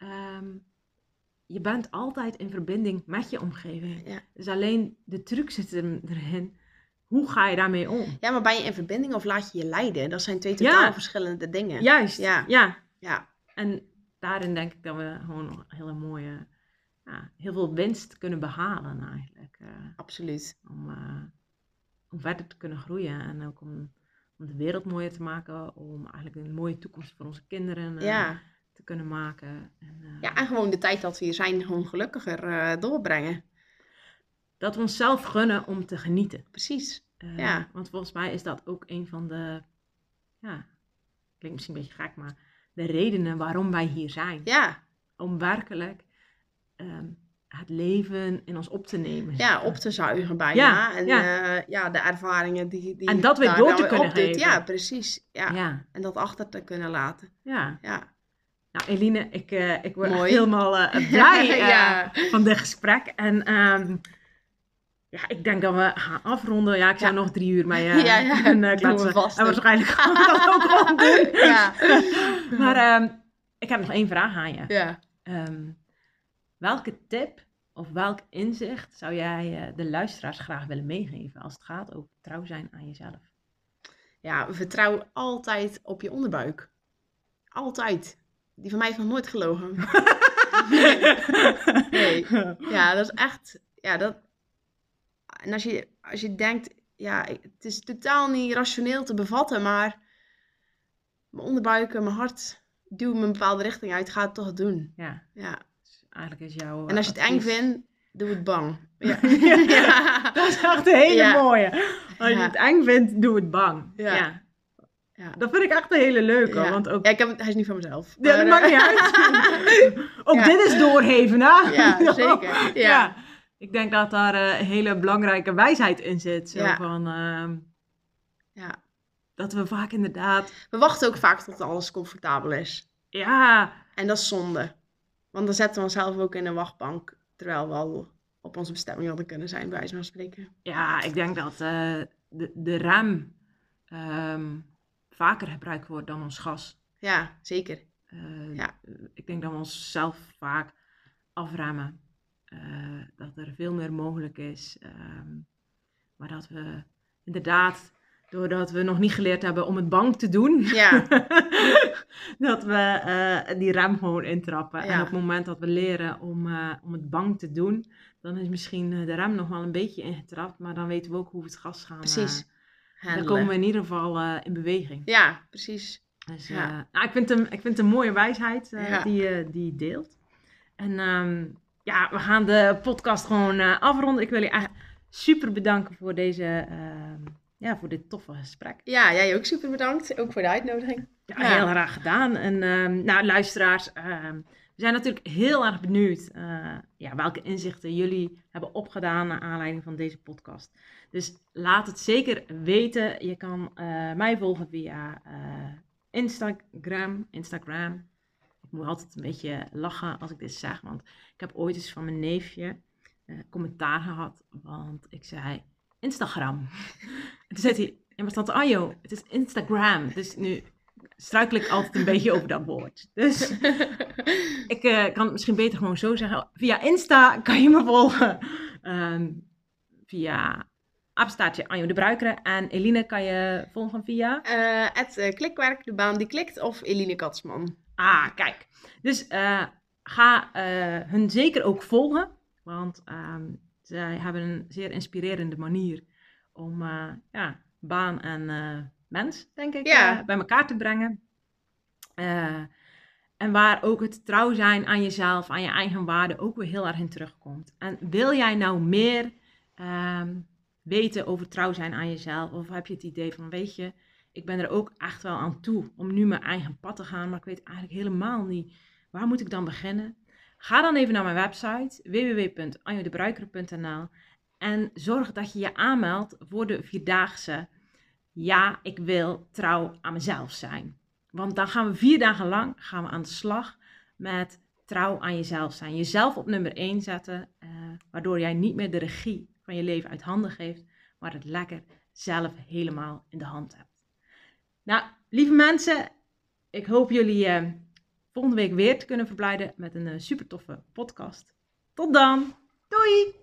Je bent altijd in verbinding met je omgeving. Ja. Dus alleen de truc zit erin. Hoe ga je daarmee om? Ja, maar ben je in verbinding of laat je je leiden? Dat zijn twee totaal verschillende dingen. Juist, ja. En daarin denk ik dat we gewoon hele mooie, heel veel winst kunnen behalen eigenlijk. Absoluut. Om verder te kunnen groeien en ook om de wereld mooier te maken, om eigenlijk een mooie toekomst voor onze kinderen te kunnen maken. En gewoon de tijd dat we hier zijn gewoon gelukkiger doorbrengen. Dat we onszelf gunnen om te genieten. Precies, Want volgens mij is dat ook een van de ja, klinkt misschien een beetje gek, maar de redenen waarom wij hier zijn. Ja, Om werkelijk het leven in ons op te nemen. ja, op te zuigen bijna. Ja, En de ervaringen die En dat weer daar door dan te weer kunnen opdoet. geven. Ja, precies. Ja. Ja, En dat achter te kunnen laten. ja. Ja. Nou, Eline, ik word echt Mooi. helemaal blij Ja. van dit gesprek. En ja, ik denk dat we gaan afronden. Ja, ik zou nog 3 uur mee Ja, kunnen doen we kletsen. vast En ook. waarschijnlijk gaan we dat ook gewoon doen. Ja. Maar ik heb nog 1 vraag aan je. Ja. Welke tip of welk inzicht zou jij de luisteraars graag willen meegeven als het gaat over trouw zijn aan jezelf? Ja, vertrouw altijd op je onderbuik. Altijd. Die van mij heeft nog nooit gelogen. Nee. Ja, dat is echt... Ja, dat... En als je denkt... Ja, het is totaal niet rationeel te bevatten, maar... Mijn onderbuik en mijn hart duwen me een bepaalde richting uit. Ga het toch doen. Ja, Ja. dus eigenlijk is jouw En als je het eng advies- vindt, doe het bang. Ja. Ja, dat is echt een hele Ja. mooie. Als je Ja. het eng vindt, doe het bang. Ja. Ja. Ja. Dat vind ik echt een hele leuke. Ja. Want ook... Ja, hij is niet van mezelf. Ja, dat Maar, maakt niet uit. Ook Ja. dit is doorgeven, hè? Ja, zeker. Ja. Ik denk dat daar een hele belangrijke wijsheid in zit. Zo Ja. van, Ja. dat we vaak inderdaad... We wachten ook vaak tot alles comfortabel is. Ja, En dat is zonde. Want dan zetten we onszelf ook in een wachtbank. Terwijl we al op onze bestemming hadden kunnen zijn, bij wijze van spreken. ja, ik denk dat de rem vaker gebruikt wordt dan ons gas. Ja, zeker. Ja. Ik denk dat we onszelf vaak afremmen. Dat er veel meer mogelijk is. Maar dat we inderdaad, doordat we nog niet geleerd hebben om het bang te doen, Ja. dat we die rem gewoon intrappen. Ja. En op het moment dat we leren om het bang te doen, dan is misschien de rem nog wel een beetje ingetrapt. Maar dan weten we ook hoe we het gas gaan. Precies. Dan Handelen. komen we in ieder geval in beweging. Ja, precies. Dus, Ja. nou, ik vind het een mooie wijsheid Ja. die je deelt. En ja, we gaan de podcast gewoon afronden. Ik wil je echt super bedanken voor voor dit toffe gesprek. Ja, jij ook super bedankt. Ook voor de uitnodiging. Ja, Ja. heel graag gedaan. En nou, luisteraars, we zijn natuurlijk heel erg benieuwd welke inzichten jullie hebben opgedaan naar aanleiding van deze podcast. Dus laat het zeker weten. Je kan mij volgen via Instagram. Ik moet altijd een beetje lachen als ik dit zeg, want ik heb ooit eens van mijn neefje commentaar gehad, want ik zei Instagram. En toen zei hij, ja maar staat er, joh, het is Instagram. Dus nu struikel ik altijd een beetje over dat woord. Dus ik kan het misschien beter gewoon zo zeggen. Via Insta kan je me volgen. Via apenstaartje Anjo de Bruikere. En Eline kan je volgen via... Klikwerk, de baan die klikt, of Eline Katsman. Ah, kijk. Dus ga hun zeker ook volgen. Want zij hebben een zeer inspirerende manier om baan en mens, denk ik, Ja. bij elkaar te brengen. En waar ook het trouw zijn aan jezelf, aan je eigen waarde ook weer heel erg in terugkomt. En wil jij nou meer weten over trouw zijn aan jezelf? Of heb je het idee van, weet je, ik ben er ook echt wel aan toe om nu mijn eigen pad te gaan, maar ik weet eigenlijk helemaal niet, waar moet ik dan beginnen? Ga dan even naar mijn website www.anjodebruikere.nl en zorg dat je je aanmeldt voor de 4-daagse Ja, ik wil trouw aan mezelf zijn. Want dan gaan we 4 dagen lang aan de slag met trouw aan jezelf zijn. Jezelf op nummer 1 zetten, waardoor jij niet meer de regie van je leven uit handen geeft, maar het lekker zelf helemaal in de hand hebt. Nou, lieve mensen, ik hoop jullie volgende week weer te kunnen verblijden met een super toffe podcast. Tot dan! Doei!